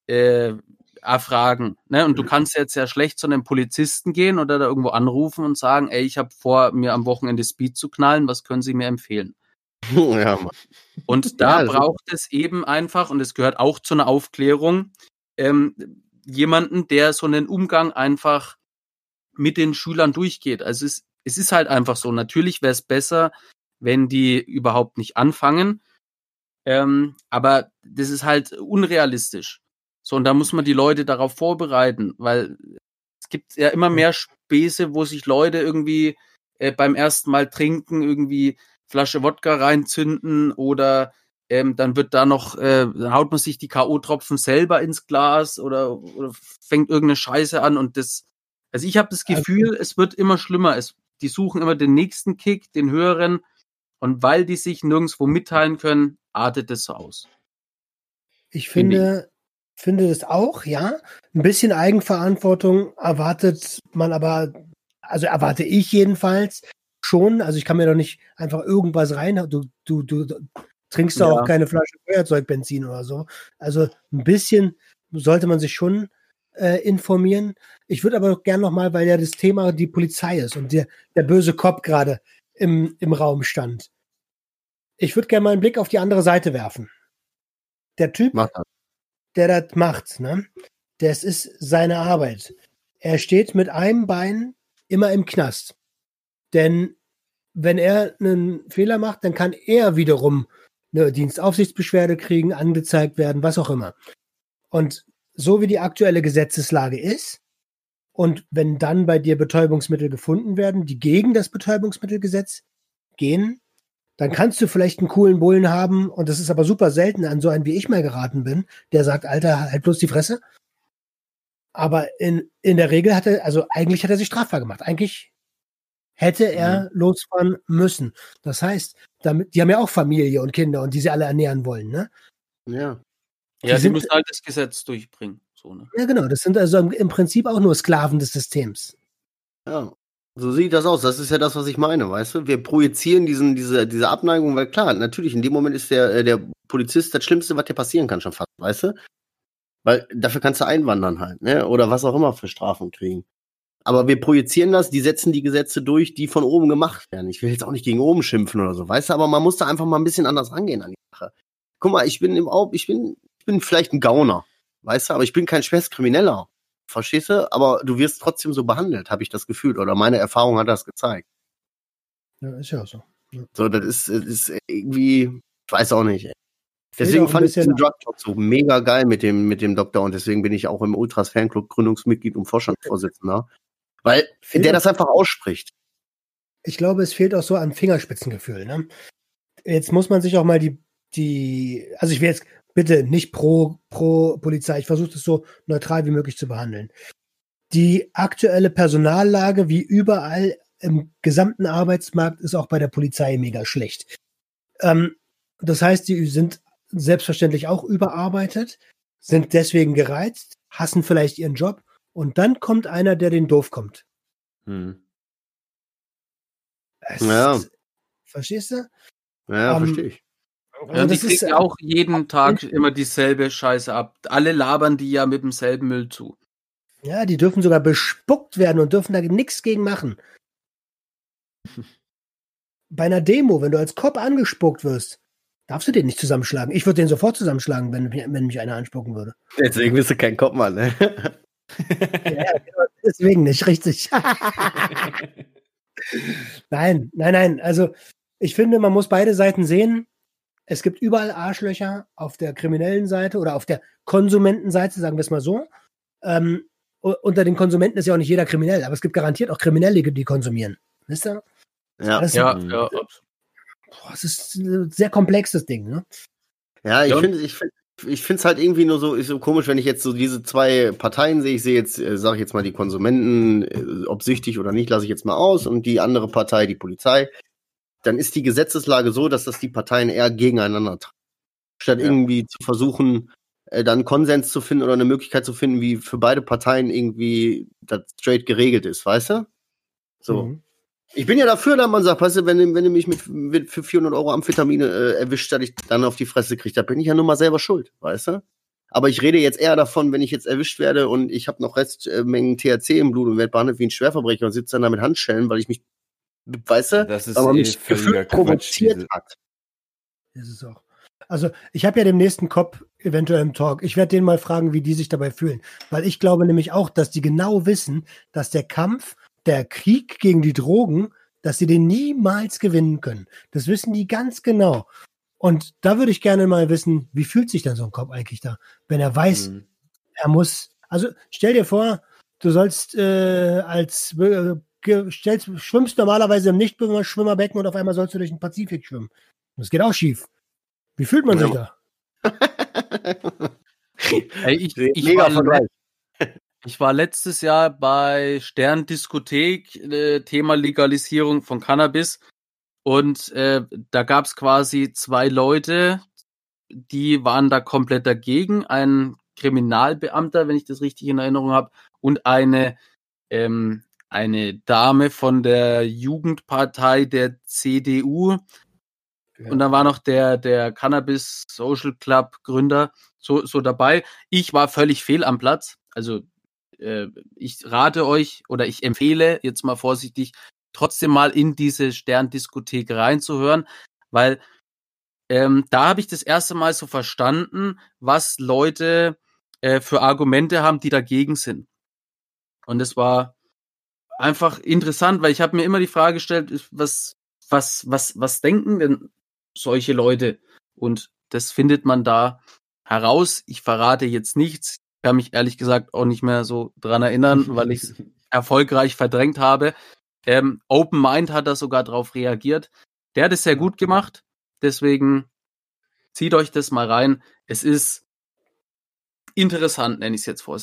[SPEAKER 3] erfragen. Ne? Und du kannst jetzt sehr schlecht zu einem Polizisten gehen oder da irgendwo anrufen und sagen, ey, ich habe vor, mir am Wochenende Speed zu knallen, was können Sie mir empfehlen?
[SPEAKER 2] Ja, Mann.
[SPEAKER 3] Und da braucht es eben einfach, und es gehört auch zu einer Aufklärung, jemanden, der so einen Umgang einfach mit den Schülern durchgeht. Also es ist halt einfach so. Natürlich wäre es besser, wenn die überhaupt nicht anfangen, aber das ist halt unrealistisch. So, und da muss man die Leute darauf vorbereiten, weil es gibt ja immer mehr Späße, wo sich Leute irgendwie beim ersten Mal trinken, irgendwie Flasche Wodka reinzünden oder dann wird da noch, dann haut man sich die K.O.-Tropfen selber ins Glas oder fängt irgendeine Scheiße an und also ich habe das Gefühl, es wird immer schlimmer. Die suchen immer den nächsten Kick, den höheren und weil die sich nirgendwo mitteilen können, artet es so aus.
[SPEAKER 4] Ich finde das auch, ja. Ein bisschen Eigenverantwortung erwartet man aber, also erwarte ich jedenfalls schon. Also ich kann mir doch nicht einfach irgendwas rein. Du trinkst doch auch keine Flasche Feuerzeugbenzin oder so. Also ein bisschen sollte man sich schon informieren. Ich würde aber gerne nochmal, weil ja das Thema die Polizei ist und der böse Cop gerade im Raum stand. Ich würde gerne mal einen Blick auf die andere Seite werfen. Der Typ, der das macht, ne? Das ist seine Arbeit. Er steht mit einem Bein immer im Knast. Denn wenn er einen Fehler macht, dann kann er wiederum eine Dienstaufsichtsbeschwerde kriegen, angezeigt werden, was auch immer. Und so wie die aktuelle Gesetzeslage ist und wenn dann bei dir Betäubungsmittel gefunden werden, die gegen das Betäubungsmittelgesetz gehen, dann kannst du vielleicht einen coolen Bullen haben und das ist aber super selten an so einen, wie ich mal geraten bin, der sagt, Alter, halt bloß die Fresse. Aber in der Regel eigentlich hat er sich strafbar gemacht. Eigentlich hätte er losfahren müssen. Das heißt, die haben ja auch Familie und Kinder und die sie alle ernähren wollen, ne?
[SPEAKER 2] Ja.
[SPEAKER 3] Ja, sie müssen halt das Gesetz durchbringen. So, ne?
[SPEAKER 4] Ja, genau. Das sind also im Prinzip auch nur Sklaven des Systems.
[SPEAKER 2] Ja. So sieht das aus. Das ist ja das, was ich meine, weißt du? Wir projizieren diese Abneigung, weil klar, natürlich, in dem Moment ist der Polizist das Schlimmste, was dir passieren kann, schon fast, weißt du? Weil dafür kannst du einwandern halt, ne? Oder was auch immer für Strafen kriegen. Aber wir projizieren das, die setzen die Gesetze durch, die von oben gemacht werden. Ich will jetzt auch nicht gegen oben schimpfen oder so, weißt du? Aber man muss da einfach mal ein bisschen anders rangehen an die Sache. Guck mal, ich bin vielleicht ein Gauner, weißt du? Aber ich bin kein Schwerstkrimineller. Verstehst du? Aber du wirst trotzdem so behandelt, habe ich das Gefühl. Oder meine Erfahrung hat das gezeigt.
[SPEAKER 4] Ja, ist ja so. Ja.
[SPEAKER 2] So, das ist irgendwie, ich weiß auch nicht. Ey. Deswegen fand ich diesen Drug Talk so mega geil mit dem Doktor und deswegen bin ich auch im Ultras Fanclub Gründungsmitglied und Vorstandsvorsitzender. Weil der das einfach ausspricht.
[SPEAKER 4] Ich glaube, es fehlt auch so an Fingerspitzengefühl. Ne? Jetzt muss man sich auch mal also ich will jetzt bitte nicht pro Polizei, ich versuche das so neutral wie möglich zu behandeln. Die aktuelle Personallage, wie überall im gesamten Arbeitsmarkt, ist auch bei der Polizei mega schlecht. Das heißt, die sind selbstverständlich auch überarbeitet, sind deswegen gereizt, hassen vielleicht ihren Job und dann kommt einer, der den doof kommt.
[SPEAKER 2] Ja.
[SPEAKER 4] Verstehst du?
[SPEAKER 2] Ja, verstehe ich.
[SPEAKER 3] Ja, und die kriegen auch jeden Tag immer dieselbe Scheiße ab. Alle labern die ja mit demselben Müll zu.
[SPEAKER 4] Ja, die dürfen sogar bespuckt werden und dürfen da nichts gegen machen. Bei einer Demo, wenn du als Cop angespuckt wirst, darfst du den nicht zusammenschlagen. Ich würde den sofort zusammenschlagen, wenn mich einer anspucken würde.
[SPEAKER 2] Deswegen bist du kein Kopfmann, ne?
[SPEAKER 4] Ja, deswegen nicht, richtig. Nein. Also, ich finde, man muss beide Seiten sehen. Es gibt überall Arschlöcher auf der kriminellen Seite oder auf der Konsumentenseite, sagen wir es mal so. Unter den Konsumenten ist ja auch nicht jeder kriminell, aber es gibt garantiert auch Kriminelle, die konsumieren. Wisst ihr?
[SPEAKER 2] Ja.
[SPEAKER 4] Das ist ein sehr komplexes Ding, ne?
[SPEAKER 2] Ja, ich finde es halt irgendwie nur so komisch, wenn ich jetzt so diese zwei Parteien sehe. Ich sehe jetzt, sage ich jetzt mal, die Konsumenten, ob süchtig oder nicht, lasse ich jetzt mal aus, und die andere Partei, die Polizei. Dann ist die Gesetzeslage so, dass das die Parteien eher gegeneinander tragen. Statt irgendwie zu versuchen, dann Konsens zu finden oder eine Möglichkeit zu finden, wie für beide Parteien irgendwie das straight geregelt ist, weißt du? So. Mhm. Ich bin ja dafür, dass man sagt, weißt du, wenn du mich für 400 € Amphetamine erwischt, dass ich dann auf die Fresse kriege, da bin ich ja nun mal selber schuld, weißt du? Aber ich rede jetzt eher davon, wenn ich jetzt erwischt werde und ich habe noch Restmengen THC im Blut und werde behandelt wie ein Schwerverbrecher und sitze dann da mit Handschellen, weil ich mich, weißt du,
[SPEAKER 5] das ist
[SPEAKER 2] weil man mich gefühlt provoziert hat.
[SPEAKER 4] Das ist auch. Also ich habe ja den nächsten Cop eventuell im Talk. Ich werde denen mal fragen, wie die sich dabei fühlen. Weil ich glaube nämlich auch, dass die genau wissen, dass der Krieg gegen die Drogen, dass sie den niemals gewinnen können. Das wissen die ganz genau. Und da würde ich gerne mal wissen, wie fühlt sich denn so ein Cop eigentlich da, wenn er weiß, er muss, also stell dir vor, du sollst schwimmst normalerweise im Nichtschwimmerbecken und auf einmal sollst du durch den Pazifik schwimmen. Das geht auch schief. Wie fühlt man sich da?
[SPEAKER 3] Hey, ich war letztes Jahr bei Sterndiskothek, Thema Legalisierung von Cannabis. Und da gab es quasi 2 Leute, die waren da komplett dagegen. Ein Kriminalbeamter, wenn ich das richtig in Erinnerung habe, und eine Dame von der Jugendpartei der CDU. Ja. Und da war noch der Cannabis Social Club Gründer so dabei. Ich war völlig fehl am Platz. Also ich rate euch oder ich empfehle jetzt mal vorsichtig, trotzdem mal in diese Sterndiskothek reinzuhören, weil da habe ich das erste Mal so verstanden, was Leute für Argumente haben, die dagegen sind. Und es war einfach interessant, weil ich habe mir immer die Frage gestellt, was denken denn solche Leute? Und das findet man da heraus. Ich verrate jetzt nichts. Ich kann mich ehrlich gesagt auch nicht mehr so dran erinnern, weil ich es erfolgreich verdrängt habe. Open Mind hat da sogar drauf reagiert. Der hat es sehr gut gemacht. Deswegen zieht euch das mal rein. Es ist interessant, nenne ich es jetzt vorsichtig.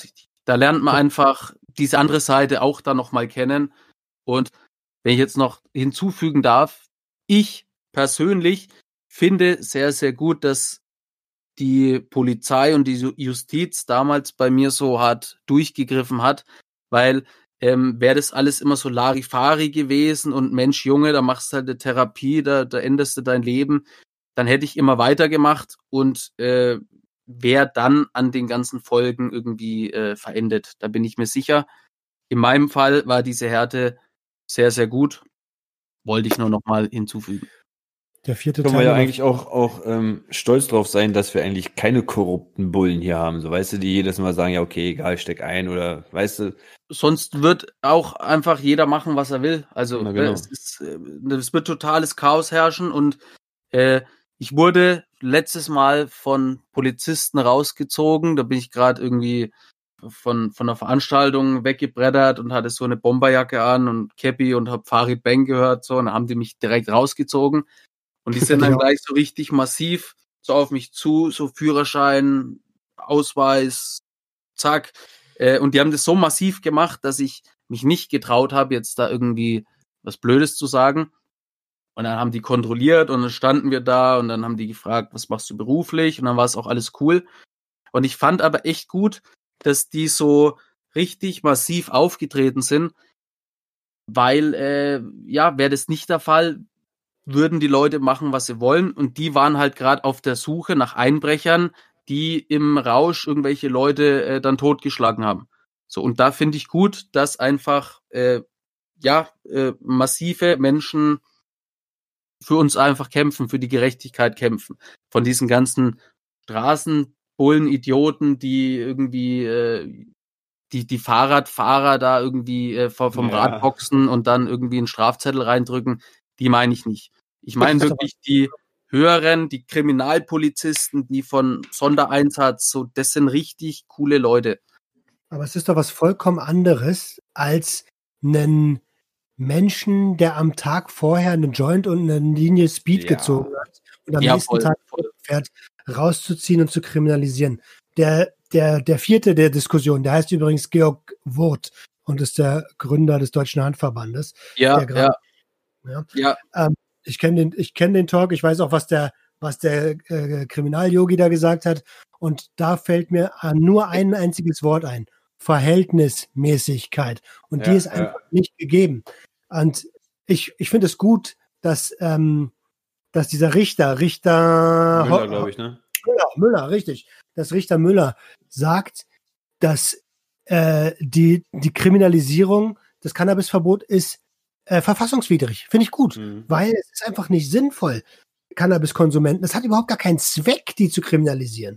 [SPEAKER 3] Da lernt man einfach diese andere Seite auch dann nochmal kennen. Und wenn ich jetzt noch hinzufügen darf, ich persönlich finde sehr, sehr gut, dass die Polizei und die Justiz damals bei mir so hart durchgegriffen hat, weil wäre das alles immer so Larifari gewesen und Mensch, Junge, da machst du halt eine Therapie, da änderst du dein Leben, dann hätte ich immer weitergemacht und wäre dann an den ganzen Folgen irgendwie verendet. Da bin ich mir sicher. In meinem Fall war diese Härte sehr, sehr gut. Wollte ich nur noch mal hinzufügen.
[SPEAKER 4] Der vierte
[SPEAKER 5] Können
[SPEAKER 4] Teil.
[SPEAKER 5] wir ja eigentlich auch stolz drauf sein, dass wir eigentlich keine korrupten Bullen hier haben. So, weißt du, die jedes Mal sagen, ja, okay, egal, steck ein oder, weißt du.
[SPEAKER 3] Sonst wird auch einfach jeder machen, was er will. Also
[SPEAKER 5] Na, genau.
[SPEAKER 3] es wird totales Chaos herrschen und ich wurde letztes Mal von Polizisten rausgezogen. Da bin ich gerade irgendwie von einer Veranstaltung weggebreddert und hatte so eine Bomberjacke an und Cappy und hab Farid Bang gehört, so, und dann haben die mich direkt rausgezogen. Und die sind dann gleich so richtig massiv so auf mich zu, so Führerschein, Ausweis, zack. Und die haben das so massiv gemacht, dass ich mich nicht getraut habe, jetzt da irgendwie was Blödes zu sagen. Und dann haben die kontrolliert und dann standen wir da und dann haben die gefragt, was machst du beruflich? Und dann war es auch alles cool. Und ich fand aber echt gut, dass die so richtig massiv aufgetreten sind, weil, wäre das nicht der Fall, würden die Leute machen, was sie wollen. Und die waren halt gerade auf der Suche nach Einbrechern, die im Rausch irgendwelche Leute dann totgeschlagen haben. So, und da finde ich gut, dass einfach massive Menschen für uns einfach kämpfen, für die Gerechtigkeit kämpfen. Von diesen ganzen Straßenbullen, Idioten, die irgendwie die Fahrradfahrer da irgendwie vom Rad boxen und dann irgendwie einen Strafzettel reindrücken, die meine ich nicht. Ich meine wirklich die Höheren, die Kriminalpolizisten, die von Sondereinsatz, so, das sind richtig coole Leute.
[SPEAKER 4] Aber es ist doch was vollkommen anderes als einen Menschen, der am Tag vorher einen Joint und eine Linie Speed gezogen hat und am nächsten Tag fährt, rauszuziehen und zu kriminalisieren. Der vierte der Diskussion, der heißt übrigens Georg Wurth und ist der Gründer des Deutschen Handverbandes. Ich kenne den Talk, ich weiß auch, was der Kriminal-Yogi da gesagt hat, und da fällt mir nur ein einziges Wort ein: Verhältnismäßigkeit. Und die ist einfach nicht gegeben. Und ich finde es gut, dass dieser Richter
[SPEAKER 5] Müller, glaube ich, ne?
[SPEAKER 4] Müller, richtig. Dass Richter Müller sagt, dass die Kriminalisierung, das Cannabisverbot ist verfassungswidrig. Finde ich gut, weil es ist einfach nicht sinnvoll, Cannabiskonsumenten. Es hat überhaupt gar keinen Zweck, die zu kriminalisieren.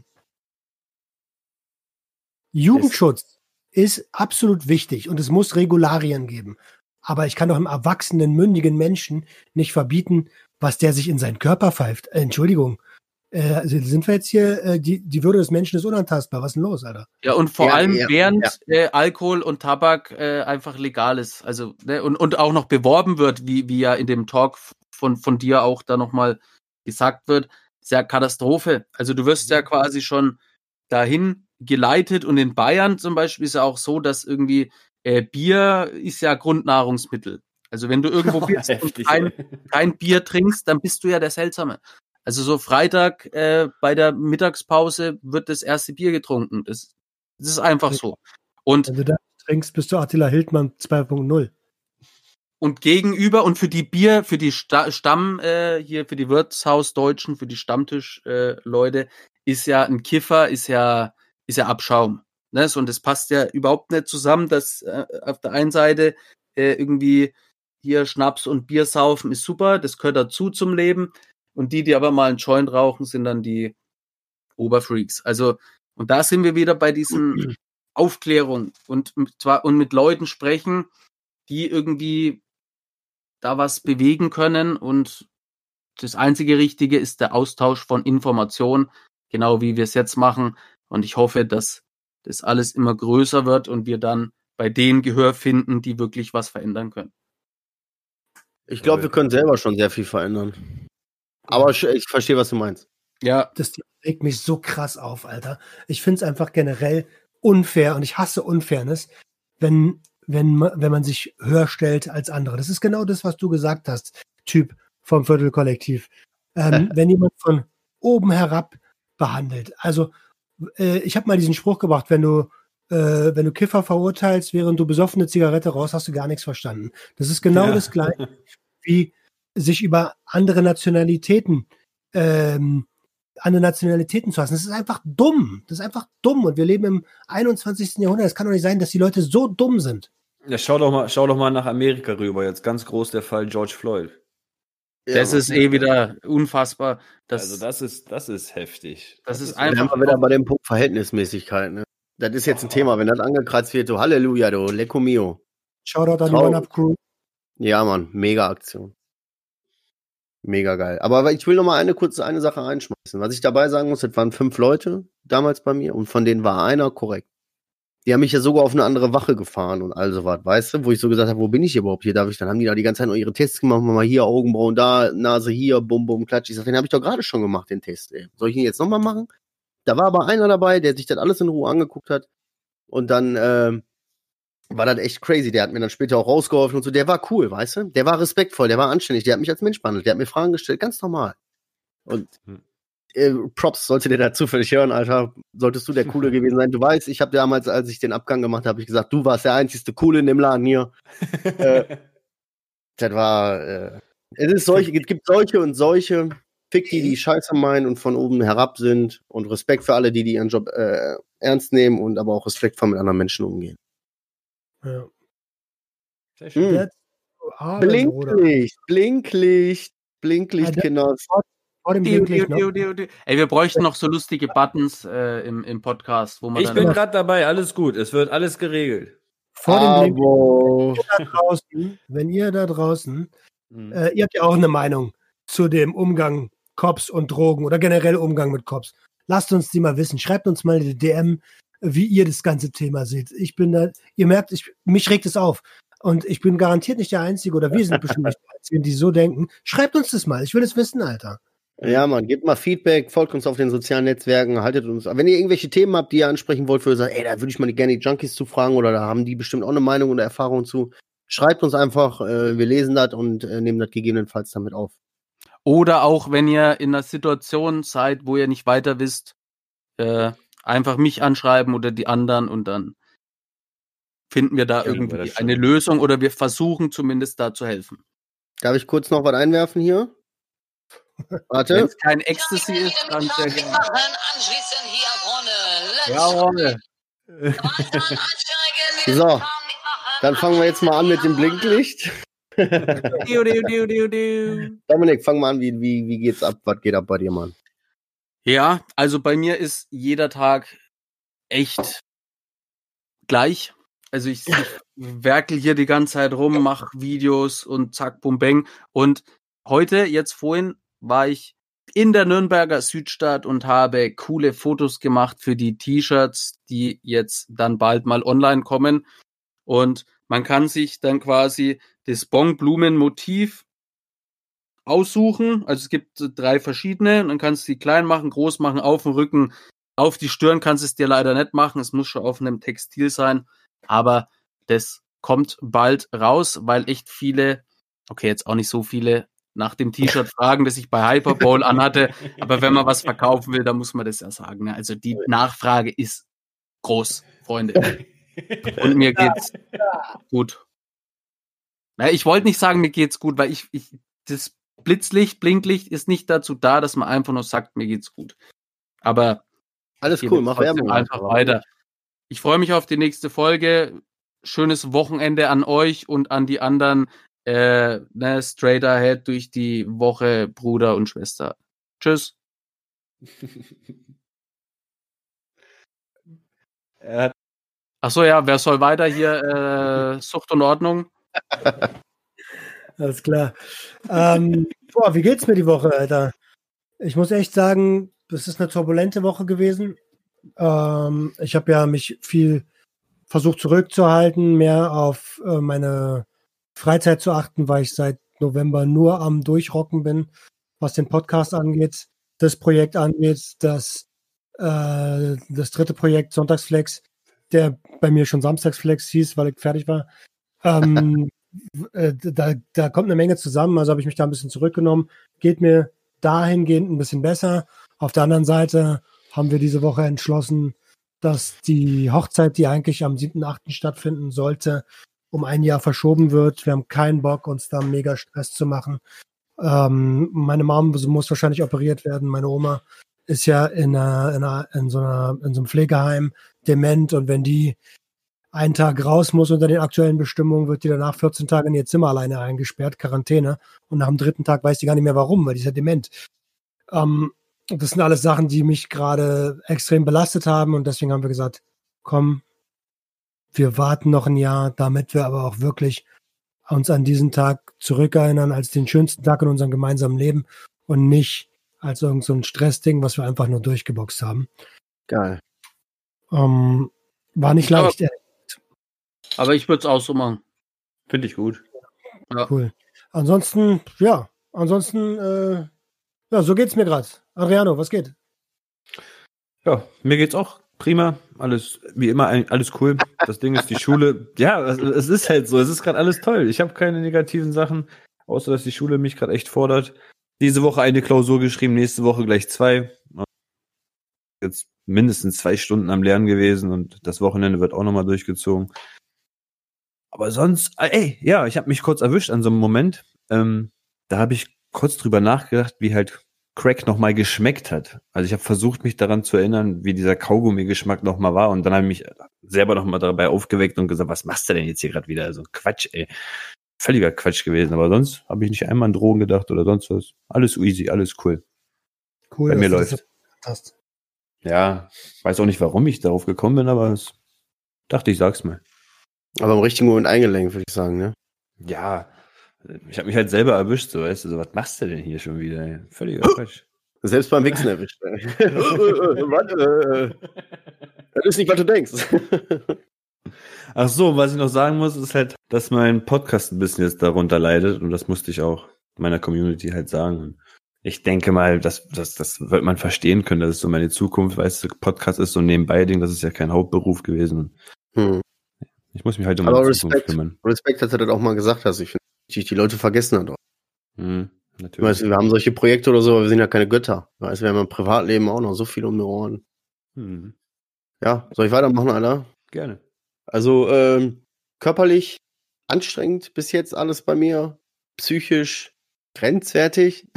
[SPEAKER 4] Jugendschutz ist absolut wichtig und es muss Regularien geben. Aber ich kann doch einem erwachsenen, mündigen Menschen nicht verbieten, was der sich in seinen Körper pfeift. Entschuldigung. Sind wir jetzt hier, die Würde des Menschen ist unantastbar. Was ist denn los, Alter?
[SPEAKER 3] Ja, und vor allem während Alkohol und Tabak einfach legal ist. Also, ne, und auch noch beworben wird, wie ja in dem Talk von dir auch da nochmal gesagt wird, ist ja Katastrophe. Also du wirst ja quasi schon dahin geleitet, und in Bayern zum Beispiel ist ja auch so, dass irgendwie Bier ist ja Grundnahrungsmittel. Also wenn du irgendwo bist und kein Bier trinkst, dann bist du ja der Seltsame. Also so Freitag bei der Mittagspause wird das erste Bier getrunken. Das ist einfach so. Und
[SPEAKER 4] wenn du da trinkst, bist du Attila Hildmann 2.0.
[SPEAKER 3] Und gegenüber und für die Stamm hier für die Wirtshausdeutschen, für die Stammtisch-Leute ist ja ein Kiffer, ist ja Abschaum. Ne? Und das passt ja überhaupt nicht zusammen, dass auf der einen Seite irgendwie hier Schnaps und Bier saufen ist super, das gehört dazu zum Leben. Und die aber mal einen Joint rauchen, sind dann die Oberfreaks. Also, und da sind wir wieder bei diesen Aufklärung und mit Leuten sprechen, die irgendwie da was bewegen können, und das einzige Richtige ist der Austausch von Informationen, genau wie wir es jetzt machen, und ich hoffe, dass das alles immer größer wird und wir dann bei denen Gehör finden, die wirklich was verändern können.
[SPEAKER 2] Ich glaube, wir können selber schon sehr viel verändern. Aber ich verstehe, was du meinst.
[SPEAKER 3] Ja.
[SPEAKER 4] Das regt mich so krass auf, Alter. Ich finde es einfach generell unfair und ich hasse Unfairness, wenn man sich höher stellt als andere. Das ist genau das, was du gesagt hast, Typ vom Viertelkollektiv. Wenn jemand von oben herab behandelt. Also ich habe mal diesen Spruch gebracht, wenn du Kiffer verurteilst, während du besoffene Zigarette raus, hast du gar nichts verstanden. Das ist genau das Gleiche, wie sich über andere Nationalitäten zu lassen. Das ist einfach dumm. Das ist einfach dumm. Und wir leben im 21. Jahrhundert. Es kann doch nicht sein, dass die Leute so dumm sind.
[SPEAKER 5] Ja, schau doch mal nach Amerika rüber. Jetzt ganz groß der Fall George Floyd.
[SPEAKER 3] Das ist wieder unfassbar.
[SPEAKER 5] Das ist heftig.
[SPEAKER 3] Das ist
[SPEAKER 2] Wir
[SPEAKER 3] einfach
[SPEAKER 2] haben wieder bei dem Punkt Verhältnismäßigkeit. Ne? Das ist jetzt ein Thema, wenn das angekratzt wird, so Halleluja, du Lecco Mio.
[SPEAKER 4] Shoutout an die One-Up-Crew.
[SPEAKER 2] Ja, Mann, mega Aktion. Mega geil. Aber ich will noch mal eine Sache einschmeißen. Was ich dabei sagen muss, das waren 5 Leute damals bei mir und von denen war einer korrekt. Die haben mich ja sogar auf eine andere Wache gefahren und all so was, weißt du? Wo ich so gesagt habe, wo bin ich überhaupt hier? Dann haben die da die ganze Zeit noch ihre Tests gemacht, mal hier Augenbrauen da, Nase hier, bum, bum, klatsch. Ich sag, den habe ich doch gerade schon gemacht, den Test, ey. Soll ich ihn jetzt nochmal machen? Da war aber einer dabei, der sich das alles in Ruhe angeguckt hat und dann war das echt crazy. Der hat mir dann später auch rausgeholfen und so. Der war cool, weißt du? Der war respektvoll, der war anständig, der hat mich als Mensch behandelt, der hat mir Fragen gestellt, ganz normal. Und Props, sollte der da zufällig hören, Alter, solltest du der Coole gewesen sein. Du weißt, ich habe damals, als ich den Abgang gemacht habe, ich gesagt, du warst der einzigste Coole in dem Laden hier. Das war, es gibt solche und solche, Fick die Scheiße meinen und von oben herab sind und Respekt für alle, die ihren Job ernst nehmen und aber auch respektvoll mit anderen Menschen umgehen.
[SPEAKER 4] Ja.
[SPEAKER 5] Sehr schön.
[SPEAKER 2] Blinklicht, Kinder.
[SPEAKER 4] Vor dem Blinklicht noch.
[SPEAKER 3] Ey, wir bräuchten noch so lustige Buttons im Podcast, wo man
[SPEAKER 5] Ich bin gerade dabei, alles gut. Es wird alles geregelt.
[SPEAKER 4] Vor dem Blinklicht. Wenn ihr da draußen, ihr habt ja auch eine Meinung zu dem Umgang Cops und Drogen oder generell Umgang mit Cops. Lasst uns die mal wissen. Schreibt uns mal eine DM, wie ihr das ganze Thema seht. Ich bin da, ihr merkt, mich regt es auf. Und ich bin garantiert nicht der Einzige oder wir sind bestimmt nicht der Einzigen, die so denken. Schreibt uns das mal. Ich will es wissen, Alter.
[SPEAKER 2] Ja, Mann, gebt mal Feedback, folgt uns auf den sozialen Netzwerken, haltet uns. Wenn ihr irgendwelche Themen habt, die ihr ansprechen wollt, wo ihr sagt, ey, da würde ich mal gerne die Junkies zu fragen oder da haben die bestimmt auch eine Meinung oder Erfahrung zu, schreibt uns einfach, wir lesen das und nehmen das gegebenenfalls damit auf.
[SPEAKER 3] Oder auch, wenn ihr in einer Situation seid, wo ihr nicht weiter wisst, einfach mich anschreiben oder die anderen und dann finden wir da irgendwie eine Lösung oder wir versuchen zumindest da zu helfen.
[SPEAKER 2] Darf ich kurz noch was einwerfen hier? Warte.
[SPEAKER 3] Wenn es kein Ecstasy ist, dann sehr gerne.
[SPEAKER 2] Jawohl. So, dann fangen wir jetzt mal an mit dem Blinklicht. Dominik, fang mal an, wie geht's ab? Was geht ab bei dir, Mann?
[SPEAKER 3] Ja, also bei mir ist jeder Tag echt gleich. Also ich werkel hier die ganze Zeit rum, mache Videos und zack, bum, bang. Und vorhin, war ich in der Nürnberger Südstadt und habe coole Fotos gemacht für die T-Shirts, die jetzt dann bald mal online kommen. Und man kann sich dann quasi das Bonblumen-Motiv aussuchen. Also es gibt 3 verschiedene. Und dann kannst du die klein machen, groß machen, auf dem Rücken, auf die Stirn kannst du es dir leider nicht machen. Es muss schon auf einem Textil sein. Aber das kommt bald raus, weil echt viele, okay, jetzt auch nicht so viele, nach dem T-Shirt fragen, das ich bei Hyperbowl anhatte. Aber wenn man was verkaufen will, dann muss man das ja sagen. Ne? Also die Nachfrage ist groß, Freunde. Und mir geht's gut. Na, ich wollte nicht sagen, mir geht's gut, weil das Blinklicht ist nicht dazu da, dass man einfach nur sagt, mir geht's gut. Aber
[SPEAKER 2] alles cool, mach Werbung
[SPEAKER 3] einfach weiter. Ich freue mich auf die nächste Folge. Schönes Wochenende an euch und an die anderen. Straight ahead durch die Woche, Bruder und Schwester. Tschüss. Achso, ja, wer soll weiter hier? Sucht und Ordnung.
[SPEAKER 4] Alles klar. Wie geht's mir die Woche, Alter? Ich muss echt sagen, das ist eine turbulente Woche gewesen. Ich habe ja mich viel versucht zurückzuhalten, mehr auf meine Freizeit zu achten, weil ich seit November nur am Durchrocken bin, was den Podcast angeht, das Projekt angeht, das 3. Projekt Sonntagsflex. der bei mir schon Samstagsflex hieß, weil ich fertig war. Da kommt eine Menge zusammen, also habe ich mich da ein bisschen zurückgenommen. Geht mir dahingehend ein bisschen besser. Auf der anderen Seite haben wir diese Woche entschlossen, dass die Hochzeit, die eigentlich am 7.8. stattfinden sollte, um ein Jahr verschoben wird. Wir haben keinen Bock, uns da mega Stress zu machen. Meine Mom muss wahrscheinlich operiert werden. Meine Oma ist ja in so einem Pflegeheim dement, und wenn die einen Tag raus muss unter den aktuellen Bestimmungen, wird die danach 14 Tage in ihr Zimmer alleine eingesperrt, Quarantäne, und nach dem 3. Tag weiß die gar nicht mehr warum, weil die ist ja dement. Das sind alles Sachen, die mich gerade extrem belastet haben, und deswegen haben wir gesagt, komm, wir warten noch ein Jahr, damit wir aber auch wirklich uns an diesen Tag zurückerinnern als den schönsten Tag in unserem gemeinsamen Leben und nicht als irgend so ein Stressding, was wir einfach nur durchgeboxt haben.
[SPEAKER 2] Geil.
[SPEAKER 4] War nicht leicht.
[SPEAKER 3] Aber ich würde es auch so machen.
[SPEAKER 5] Finde ich gut.
[SPEAKER 3] Ja.
[SPEAKER 4] Cool. Ansonsten, so geht's mir gerade. Adriano, was geht?
[SPEAKER 5] Ja, mir geht's auch prima. Alles, wie immer, alles cool. Das Ding ist die Schule. Ja, es ist halt so. Es ist gerade alles toll. Ich habe keine negativen Sachen, außer dass die Schule mich gerade echt fordert. Diese Woche eine Klausur geschrieben, nächste Woche gleich 2. Jetzt mindestens 2 Stunden am Lernen gewesen, und das Wochenende wird auch nochmal durchgezogen. Aber sonst, ich habe mich kurz erwischt an so einem Moment. Da habe ich kurz drüber nachgedacht, wie halt Crack nochmal geschmeckt hat. Also ich habe versucht, mich daran zu erinnern, wie dieser Kaugummi-Geschmack nochmal war, und dann habe ich mich selber nochmal dabei aufgeweckt und gesagt, was machst du denn jetzt hier gerade wieder? Also Quatsch, ey. Völliger Quatsch gewesen, aber sonst habe ich nicht einmal an Drogen gedacht oder sonst was. Alles easy, alles cool.
[SPEAKER 4] Cool,
[SPEAKER 5] bei mir läuft.
[SPEAKER 4] Hast.
[SPEAKER 5] Ja, weiß auch nicht, warum ich darauf gekommen bin, aber dachte ich, sag's mal.
[SPEAKER 2] Aber im richtigen Moment eingelenkt, würde ich sagen, ne?
[SPEAKER 5] Ja, ich habe mich halt selber erwischt, so, weißt du, so, was machst du denn hier schon wieder? Ey? Völliger Quatsch.
[SPEAKER 2] Selbst beim Wichsen erwischt. Warte, das ist nicht, was du denkst.
[SPEAKER 5] Ach so, was ich noch sagen muss, ist halt, dass mein Podcast ein bisschen jetzt darunter leidet, und das musste ich auch meiner Community halt sagen. Und ich denke mal, das wird man verstehen können, das ist so meine Zukunft, weißt du, Podcast ist so ein Nebenbei-Ding, das ist ja kein Hauptberuf gewesen. Ich muss mich halt um meine Zukunft kümmern.
[SPEAKER 2] Respekt, dass du das auch mal gesagt hast. Ich finde, die Leute vergessen das doch.
[SPEAKER 5] Natürlich.
[SPEAKER 2] Weißt du, wir haben solche Projekte oder so, aber wir sind ja keine Götter. Weißt du, wir haben im Privatleben auch noch so viel um die Ohren. Ja, soll ich weitermachen, Alter?
[SPEAKER 5] Gerne.
[SPEAKER 2] Also, körperlich anstrengend bis jetzt alles bei mir. Psychisch grenzwertig.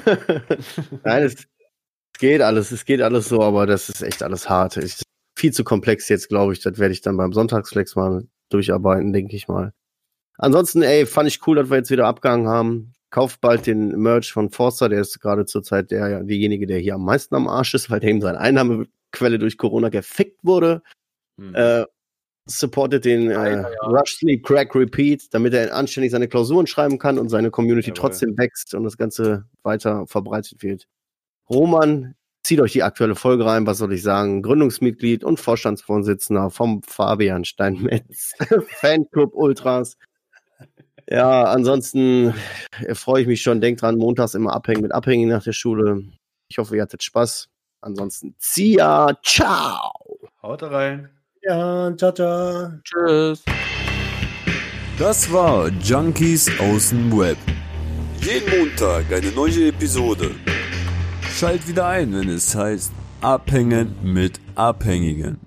[SPEAKER 2] Nein, es geht alles so, aber das ist echt alles hart. Ist viel zu komplex jetzt, glaube ich. Das werde ich dann beim Sonntagsflex mal durcharbeiten, denke ich mal. Ansonsten, fand ich cool, dass wir jetzt wieder abgehangen haben. Kauft bald den Merch von Forster, der ist gerade zurzeit derjenige, der hier am meisten am Arsch ist, weil der eben seine Einnahmequelle durch Corona gefickt wurde. Supportet den Rush Sleep Crack Repeat, damit er anständig seine Klausuren schreiben kann und seine Community trotzdem wächst und das Ganze weiter verbreitet wird. Roman, zieht euch die aktuelle Folge rein, was soll ich sagen? Gründungsmitglied und Vorstandsvorsitzender vom Fabian Steinmetz Fanclub Ultras. Ja, ansonsten freue ich mich schon. Denkt dran, montags immer abhängen mit Abhängigen nach der Schule. Ich hoffe, ihr hattet Spaß. Ansonsten, ciao.
[SPEAKER 5] Haut rein.
[SPEAKER 4] Ja, ciao.
[SPEAKER 3] Tschüss.
[SPEAKER 1] Das war Junkies aus dem Web. Jeden Montag eine neue Episode. Schalt wieder ein, wenn es heißt Abhängen mit Abhängigen.